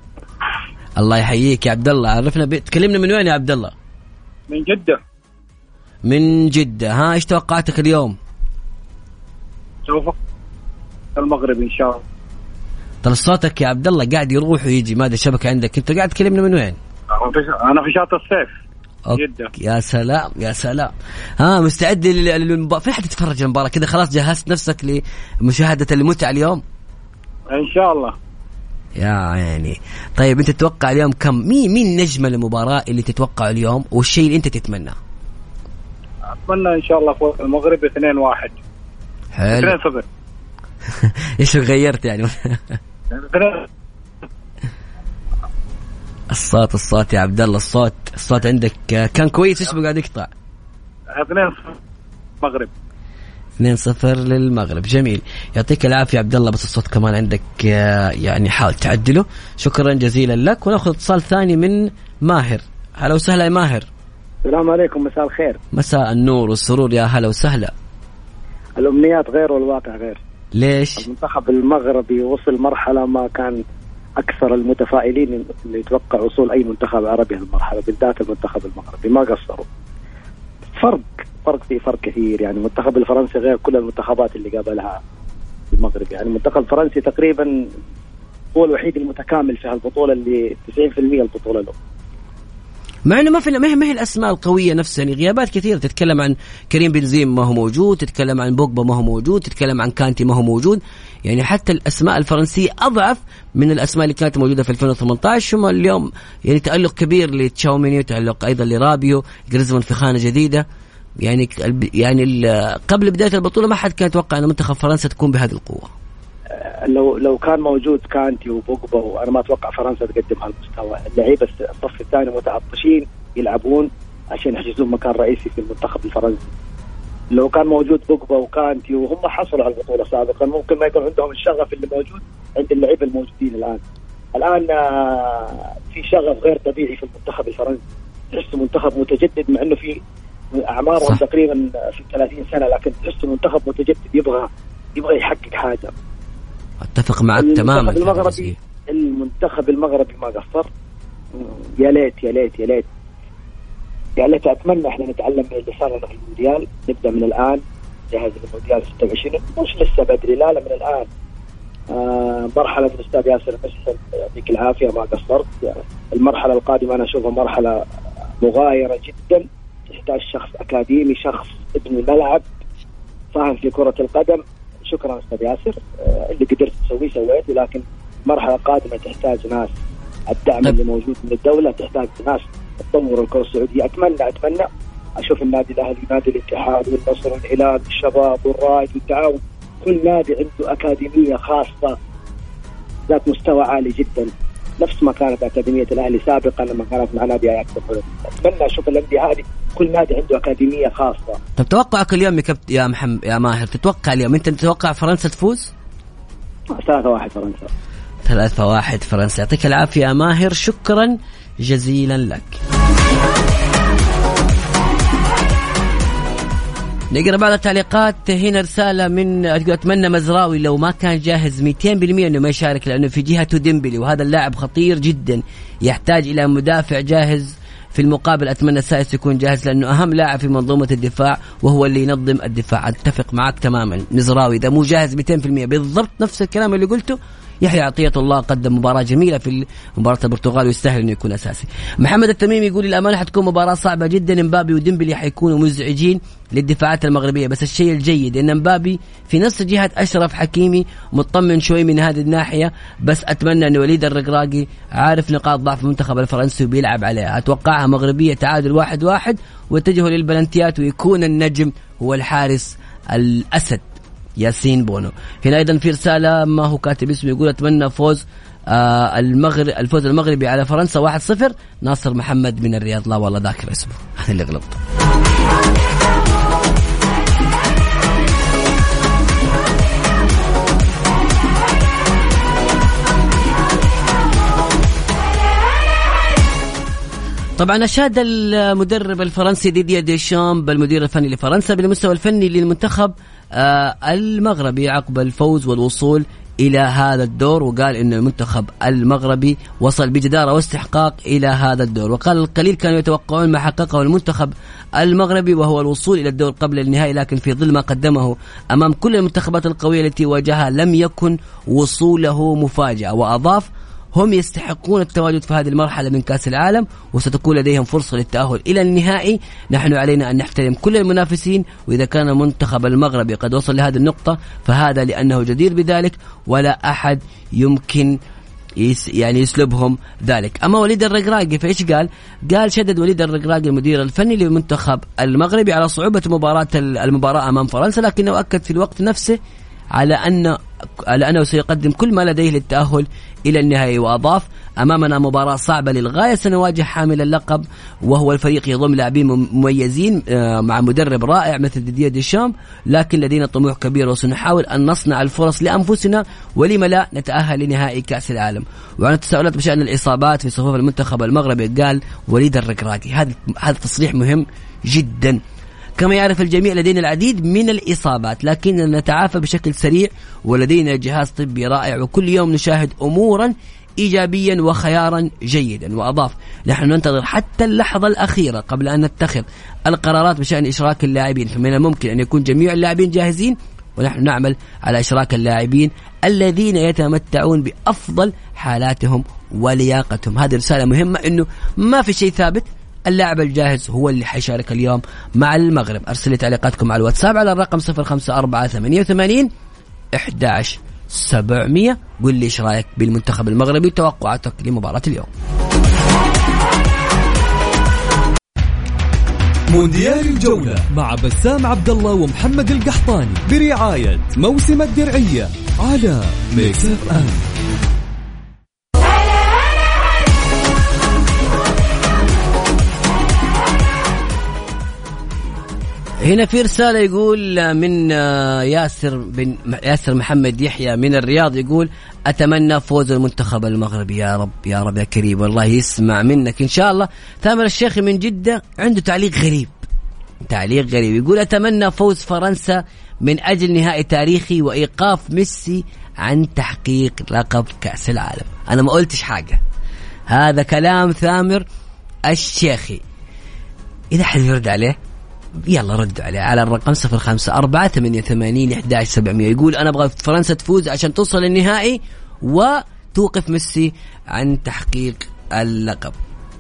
الله يحييك يا عبد الله. عرفنا ب... تكلمنا من وين يا عبد الله؟ من جدة. من جدة. ها ايش توقعاتك اليوم؟ سوف المغرب ان شاء الله. طال صوتك يا عبد الله قاعد يروح ويجي، ما ادري الشبكة عندك. انت قاعد تكلمنا من وين؟ انا في شاطئ الصيف جدة. يا سلام يا سلام. ها مستعد للمباراة؟ فين حتتفرج المباراة كذا؟ خلاص جهزت نفسك لمشاهدة المتعة اليوم ان شاء الله؟ يا يعني طيب انت تتوقع اليوم كم؟ مين مين نجم المباراة اللي تتوقع اليوم والشيء اللي انت تتمناه؟ اتمنى ان شاء الله فوز المغرب اثنين واحد. حلو. اثنين صفر. ايش غيرت يعني؟ الصوت الصوت يا عبد الله، الصوت الصوت عندك كان كويس، ايش قاعد يقطع؟ اثنين صفر المغرب. اثنين صفر للمغرب. جميل، يعطيك العافية عبد الله، بس الصوت كمان عندك يعني حاول تعدله. شكرا جزيلا لك. وناخذ اتصال ثاني من ماهر. هلا وسهلا يا ماهر. السلام عليكم. مساء الخير. مساء النور والسرور. يا هلا وسهلا. الأمنيات غير والواقع غير. ليش؟ المنتخب المغربي وصل مرحلة ما كان أكثر المتفائلين اللي يتوقع وصول أي منتخب عربي هالمرحلة، بالذات المنتخب المغربي ما قصروا. فرق فرق في فرق كثير يعني. المنتخب الفرنسي غير كل المنتخبات اللي قابلها المغرب يعني. المنتخب الفرنسي تقريبا هو الوحيد المتكامل في هالبطولة اللي تسعين بالمئة البطولة له. مع انه ما في ما هي الاسماء القويه نفسها، يعني غيابات كثيره. تتكلم عن كريم بنزيما ما هو موجود، تتكلم عن بوجبا ما هو موجود، تتكلم عن كانتي ما هو موجود. يعني حتى الاسماء الفرنسيه اضعف من الاسماء اللي كانت موجوده في ألفين وثمانية عشر. ثم اليوم يعني تالق كبير لتشاوميني وتالق ايضا لرابيو، جريزمان في خانه جديده. يعني يعني قبل بدايه البطوله ما حد كان يتوقع ان منتخب فرنسا تكون بهذه القوه. لو لو كان موجود كانتي وبوجبا، وانا ما اتوقع فرنسا تقدم هالمستوى. اللعيبه الصف الثاني متعطشين يلعبون عشان يحجزون مكان رئيسي في المنتخب الفرنسي. لو كان موجود بوجبا وكانتي وهم حصلوا على البطوله سابقا، ممكن ما يكون عندهم الشغف اللي موجود عند اللعيبه الموجودين الان. الان في شغف غير طبيعي في المنتخب الفرنسي، تحسه منتخب متجدد مع انه في اعمارهم تقريبا في ثلاثين سنه، لكن تحسه منتخب متجدد يبغى يبغى يحقق حاجه. اتفق معك تماما. المغربي المنتخب المغربي ما قصر. يا ليت يا ليت يا ليت يا ليت اتمنى احنا نتعلم من اللي صار لنا في المونديال، نبدا من الان جهاز المونديال ستة وعشرين، مش لسه بدري، لا لا من الان. آه مرحله الاستاذ ياسر مسلم يعطيك العافيه ما قصرت. يعني المرحله القادمه انا اشوفها مرحله مغايره جدا، تحتاج شخص اكاديمي، شخص ابن الملعب فاهم في كره القدم. شكرا استاذ ياسر، آه اللي قدرت تسويه سويت، ولكن المرحله القادمه تحتاج ناس. الدعم طيب. اللي موجود من الدوله تحتاج ناس تطور الكره السعوديه. اتمنى اتمنى اشوف النادي الاهلي، نادي الاتحاد والنصر والهلال والشباب والرائد والتعاون، كل نادي عنده اكاديميه خاصه ذات مستوى عالي جدا، نفس ما كانت اكاديميه الاهلي سابقا لما كانت مع نادي اياكس. اتمنى اشوف الانديه هذه كل نادي عنده اكاديميه خاصه. طب توقعك اليوم يا كابتن يا محمد يا ماهر، تتوقع اليوم انت تتوقع فرنسا تفوز؟ ثلاثة واحد فرنسا. ثلاثة واحد فرنسا. يعطيك العافيه يا ماهر، شكرا جزيلا لك. نقرأ بعض التعليقات. هنا رسالة من أتمنى مزراوي لو ما كان جاهز مئتين بالمئة أنه ما يشارك، لأنه في جهته ديمبلي وهذا اللاعب خطير جدا يحتاج إلى مدافع جاهز. في المقابل أتمنى السائس يكون جاهز لأنه أهم لاعب في منظومة الدفاع وهو اللي ينظم الدفاع. أتفق معك تماما مزراوي، إذا مو جاهز مئتين بالمئة بالضبط نفس الكلام اللي قلته. يحيى عطية الله قدم مباراة جميلة في مباراة البرتغال ويستاهل انه يكون اساسي. محمد التميمي يقول الامانة حتكون مباراة صعبة جدا، امبابي وديمبلي حيكونوا مزعجين للدفاعات المغربية، بس الشيء الجيد ان امبابي في نفس جهة اشرف حكيمي، مطمن شوي من هذه الناحية. بس اتمنى ان وليد الرقراقي عارف نقاط ضعف المنتخب الفرنسي وبيلعب عليها. اتوقعها مغربية تعادل واحد واحد واتجهوا للبلنتيات، ويكون النجم هو الحارس الاسد ياسين بونو. هنا أيضا في رسالة ما هو كاتب اسمه يقول أتمنى فوز آه المغرب الفوز المغربي على فرنسا واحد صفر. ناصر محمد من الرياض. لا والله ذاكر اسمه هذا اللي غلط. طبعا أشاد المدرب الفرنسي ديدييه ديشامب المدير الفني لفرنسا بالمستوى الفني للمنتخب آه المغربي عقب الفوز والوصول إلى هذا الدور، وقال إن المنتخب المغربي وصل بجدارة واستحقاق إلى هذا الدور. وقال القليل كانوا يتوقعون ما حققه المنتخب المغربي وهو الوصول إلى الدور قبل النهائي، لكن في ظل ما قدمه أمام كل المنتخبات القوية التي واجهها لم يكن وصوله مفاجأة. وأضاف هم يستحقون التواجد في هذه المرحلة من كأس العالم وستكون لديهم فرصة للتأهل إلى النهائي. نحن علينا أن نحترم كل المنافسين، وإذا كان المنتخب المغربي قد وصل لهذه النقطة فهذا لأنه جدير بذلك ولا أحد يمكن يس يعني يسلبهم ذلك. أما وليد الرقراقي فإيش قال؟ قال شدد وليد الرقراقي المدير الفني للمنتخب المغربي على صعوبة مباراة المباراة أمام فرنسا، لكنه أكد في الوقت نفسه على أن على أنه سيقدم كل ما لديه للتأهل إلى النهائي. وأضاف أمامنا مباراة صعبة للغاية، سنواجه حامل اللقب وهو الفريق يضم لاعبين مميزين مع مدرب رائع مثل ديدييه ديشامب، لكن لدينا طموح كبير وسنحاول أن نصنع الفرص لأنفسنا ولما لا نتأهل لنهائي كأس العالم. وعن التساؤلات بشأن الإصابات في صفوف المنتخب المغربي قال وليد الرقراقي هذا هذا تصريح مهم جدا. كما يعرف الجميع لدينا العديد من الإصابات لكننا نتعافى بشكل سريع ولدينا جهاز طبي رائع وكل يوم نشاهد أمورا إيجابيا وخيارا جيدا. وأضاف نحن ننتظر حتى اللحظة الأخيرة قبل أن نتخذ القرارات بشأن إشراك اللاعبين، فمن الممكن أن يكون جميع اللاعبين جاهزين ونحن نعمل على إشراك اللاعبين الذين يتمتعون بأفضل حالاتهم ولياقتهم. هذه رسالة مهمة، إنه ما في شيء ثابت، اللاعب الجاهز هو اللي حيشارك اليوم مع المغرب. أرسل لي تعليقاتكم على الواتساب على الرقم صفر خمسة أربعة ثمانية وثمانين أحد عشر سبعمية. قل لي إيش رأيك بالمنتخب المغربي، توقعاتك لمباراة اليوم. مونديال الجولة مع بسام عبد الله ومحمد القحطاني برعاية موسم الدرعية على ميكس اف ام. هنا في رسالة يقول من ياسر بن ياسر محمد يحيى من الرياض، يقول أتمنى فوز المنتخب المغربي. يا رب يا رب يا كريم، والله يسمع منك إن شاء الله. ثامر الشيخي من جدة عنده تعليق غريب، تعليق غريب يقول أتمنى فوز فرنسا من أجل نهائي تاريخي وإيقاف ميسي عن تحقيق لقب كأس العالم. أنا ما قلتش حاجة، هذا كلام ثامر الشيخي. إذا حد يرد عليه يلا ردوا عليه على الرقم صفر خمسة أربعة ثمانية ثمانين أحد عشر سبعمية. يقول أنا أبغى فرنسا تفوز عشان توصل للنهائي وتوقف ميسي عن تحقيق اللقب.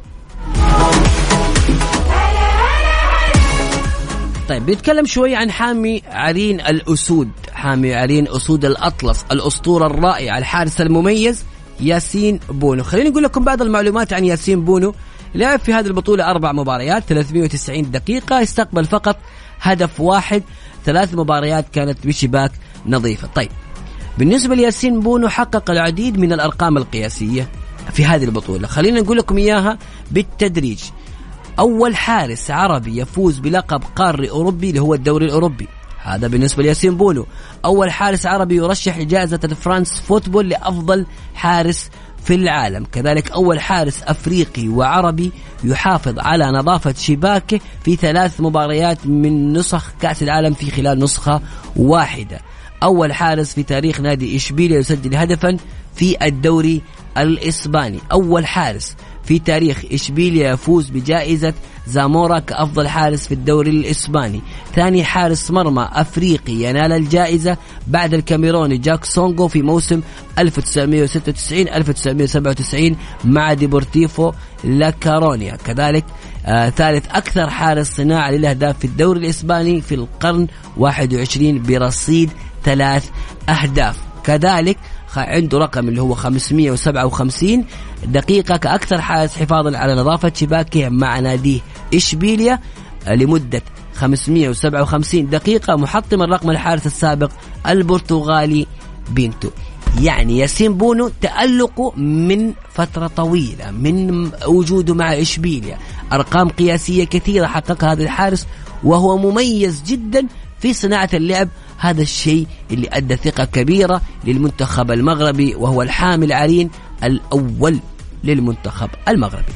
طيب بيتكلم شوي عن حامي عرين الأسود، حامي عرين أسود الأطلس، الأسطورة الرائعة، الحارس المميز ياسين بونو. خليني أقول لكم بعض المعلومات عن ياسين بونو. لعب في هذه البطولة أربع مباريات ثلاثمية وتسعين دقيقة، استقبل فقط هدف واحد، ثلاث مباريات كانت بشباك نظيفة. طيب بالنسبة لياسين بونو حقق العديد من الأرقام القياسية في هذه البطولة، خلينا نقول لكم إياها بالتدريج. أول حارس عربي يفوز بلقب قاري أوروبي اللي هو الدوري الأوروبي، هذا بالنسبة لياسين بونو. أول حارس عربي يرشح لجائزة الفرانس فوتبول لأفضل حارس في العالم. كذلك أول حارس أفريقي وعربي يحافظ على نظافة شباكه في ثلاث مباريات من نسخ كأس العالم في خلال نسخة واحدة. أول حارس في تاريخ نادي إشبيليا يسجل هدفا في الدوري الإسباني. أول حارس في تاريخ إشبيليا يفوز بجائزة زامورا كأفضل حارس في الدوري الإسباني. ثاني حارس مرمى أفريقي ينال الجائزة بعد الكاميروني جاك سونغو في موسم ألف وتسعمية وستة وتسعين ألف وتسعمية وسبعة وتسعين مع ديبورتيفو لاكارونيا. كذلك آه ثالث أكثر حارس صناعة للأهداف في الدوري الإسباني في القرن واحد وعشرين برصيد ثلاث أهداف. كذلك عنده رقم اللي هو خمسمية وسبعة وخمسين دقيقة كأكثر حارس حفاظا على نظافة شباكه مع ناديه إشبيليا لمدة خمسمية وسبعة وخمسين دقيقة، محطم الرقم الحارس السابق البرتغالي بينتو. يعني ياسين بونو تألقه من فترة طويلة، من وجوده مع إشبيليا أرقام قياسية كثيرة حققها هذا الحارس، وهو مميز جدا في صناعة اللعب. هذا الشيء اللي أدى ثقة كبيرة للمنتخب المغربي، وهو الحامل العرين الأول للمنتخب المغربي.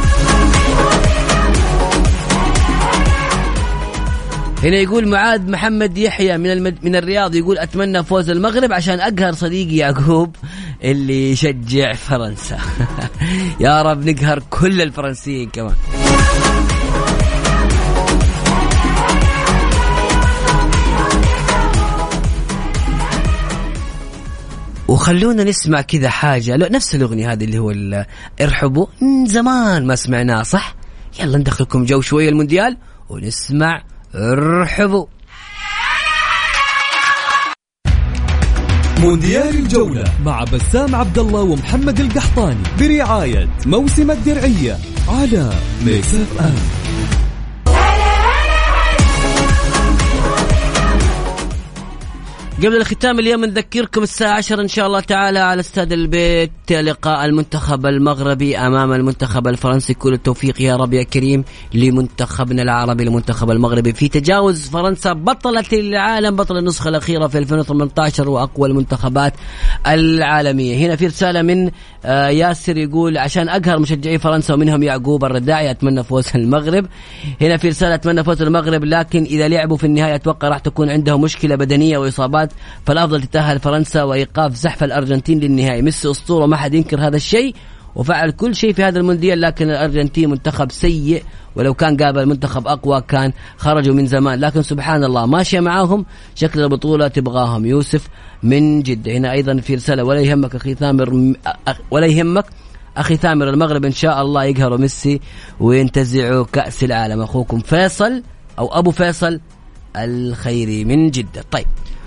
هنا يقول معاذ محمد يحيى من المد... من الرياض، يقول أتمنى فوز المغرب عشان أقهر صديقي يعقوب اللي يشجع فرنسا. يا رب نقهر كل الفرنسيين كمان. وخلونا نسمع كذا حاجة نفس الأغنية هذه اللي هو ارحبوا، من زمان ما سمعناها صح؟ يلا ندخلكم جو شوية المونديال ونسمع ارحبوا. مونديال الجولة مع بسام عبد الله ومحمد القحطاني برعاية موسم الدرعية على ميكس اف ام. قبل الختام اليوم نذكركم الساعة عشرة إن شاء الله تعالى على استاد البيت لقاء المنتخب المغربي أمام المنتخب الفرنسي. كل التوفيق يا رب يا كريم لمنتخبنا العربي، المنتخب المغربي في تجاوز فرنسا بطلة العالم، بطل النسخة الأخيرة في ألفين وثمانية عشر وأقوى المنتخبات العالمية. هنا في رسالة من ياسر يقول عشان أقهر مشجعي فرنسا ومنهم يعقوب الرداعي أتمنى فوز المغرب. هنا في رسالة أتمنى فوز المغرب، لكن إذا لعبوا في النهاية أتوقع راح تكون عندهم مشكلة بدنية وإصابات، فالأفضل تتأهل فرنسا وإيقاف زحف الأرجنتين للنهائي. ميسي أسطورة ما حد ينكر هذا الشيء وفعل كل شيء في هذا المونديال، لكن الأرجنتين منتخب سيء ولو كان قابل منتخب أقوى كان خرجوا من زمان، لكن سبحان الله ماشية معاهم، شكل البطولة تبغاهم. يوسف من جدة. هنا أيضا في رسالة ولا يهمك أخي ثامر ولا يهمك أخي ثامر المغرب إن شاء الله يقهروا ميسي وينتزعوا كأس العالم. أخوكم فيصل أو أبو فيصل الخيري من جدة. طيب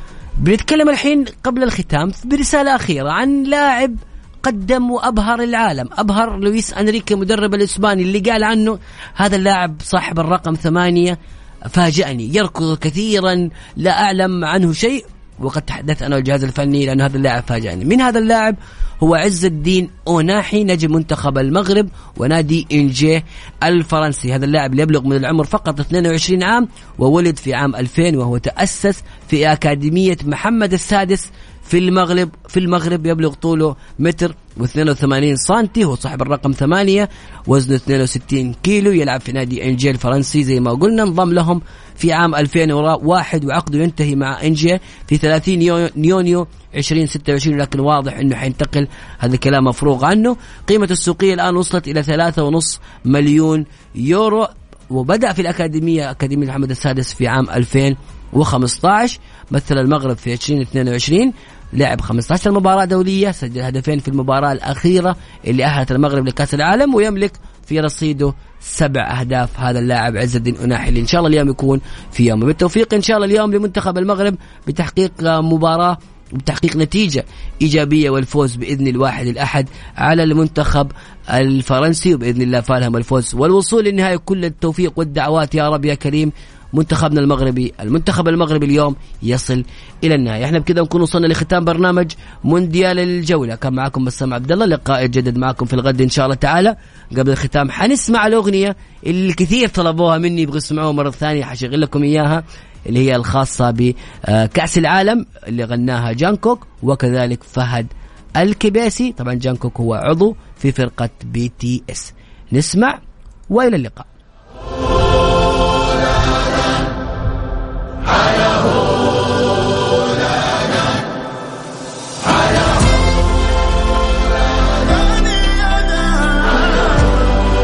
بنتكلم الحين قبل الختام برسالة أخيرة عن لاعب قدم وأبهر العالم، أبهر لويس أنريكي مدرب الإسباني اللي قال عنه هذا اللاعب صاحب الرقم ثمانية فاجأني، يركض كثيرا لا أعلم عنه شيء وقد تحدث أنا والجهاز الفني لأن هذا اللاعب فاجأني. من هذا اللاعب هو عز الدين أوناحي نجم منتخب المغرب ونادي إنجيه الفرنسي. هذا اللاعب اللي يبلغ من العمر فقط اثنين وعشرين عام وولد في عام ألفين، وهو تأسس في أكاديمية محمد السادس في المغرب. في المغرب يبلغ طوله متر واثنين وثمانين سنتي، هو صاحب الرقم ثمانية، وزنه اثنين وستين كيلو، يلعب في نادي إنجيه الفرنسي زي ما قلنا. انضم لهم في عام ألفين وواحد وعقده ينتهي مع إنجيه في ثلاثين يونيو ألفين وستة وعشرين، لكن واضح انه حينتقل، هذا الكلام مفروغ عنه. قيمة السوقية الآن وصلت إلى ثلاثة ونص مليون يورو، وبدأ في الأكاديمية أكاديمية محمد السادس في عام ألفين وخمسة عشر. مثل المغرب في ألفين واثنين وعشرين، لعب خمسة عشر مباراة دولية، سجل هدفين في المباراة الأخيرة اللي أهلت المغرب لكأس العالم، ويملك في رصيده سبع أهداف. هذا اللاعب عز الدين أوناحي اللي إن شاء الله اليوم يكون في يوم بالتوفيق إن شاء الله اليوم لمنتخب المغرب بتحقيق مباراة وبتحقيق نتيجة إيجابية والفوز بإذن الواحد الأحد على المنتخب الفرنسي، وبإذن الله فالهم الفوز والوصول للنهاية. كل التوفيق والدعوات يا رب يا كريم. منتخبنا المغربي المنتخب المغربي اليوم يصل إلى النهاية. احنا بكذا نكون وصلنا لختام برنامج مونديال الجولة. كان معكم بسام عبد الله، لقاء يتجدد معكم في الغد إن شاء الله تعالى. قبل الختام حنسمع الأغنية اللي الكثير طلبوها مني يبغوا يسمعوها مرة ثانية، حشغل لكم إياها، اللي هي الخاصة بكأس العالم اللي غناها جانكوك وكذلك فهد الكباسي. طبعا جانكوك هو عضو في فرقة بي تي اس. نسمع وإلى اللقاء.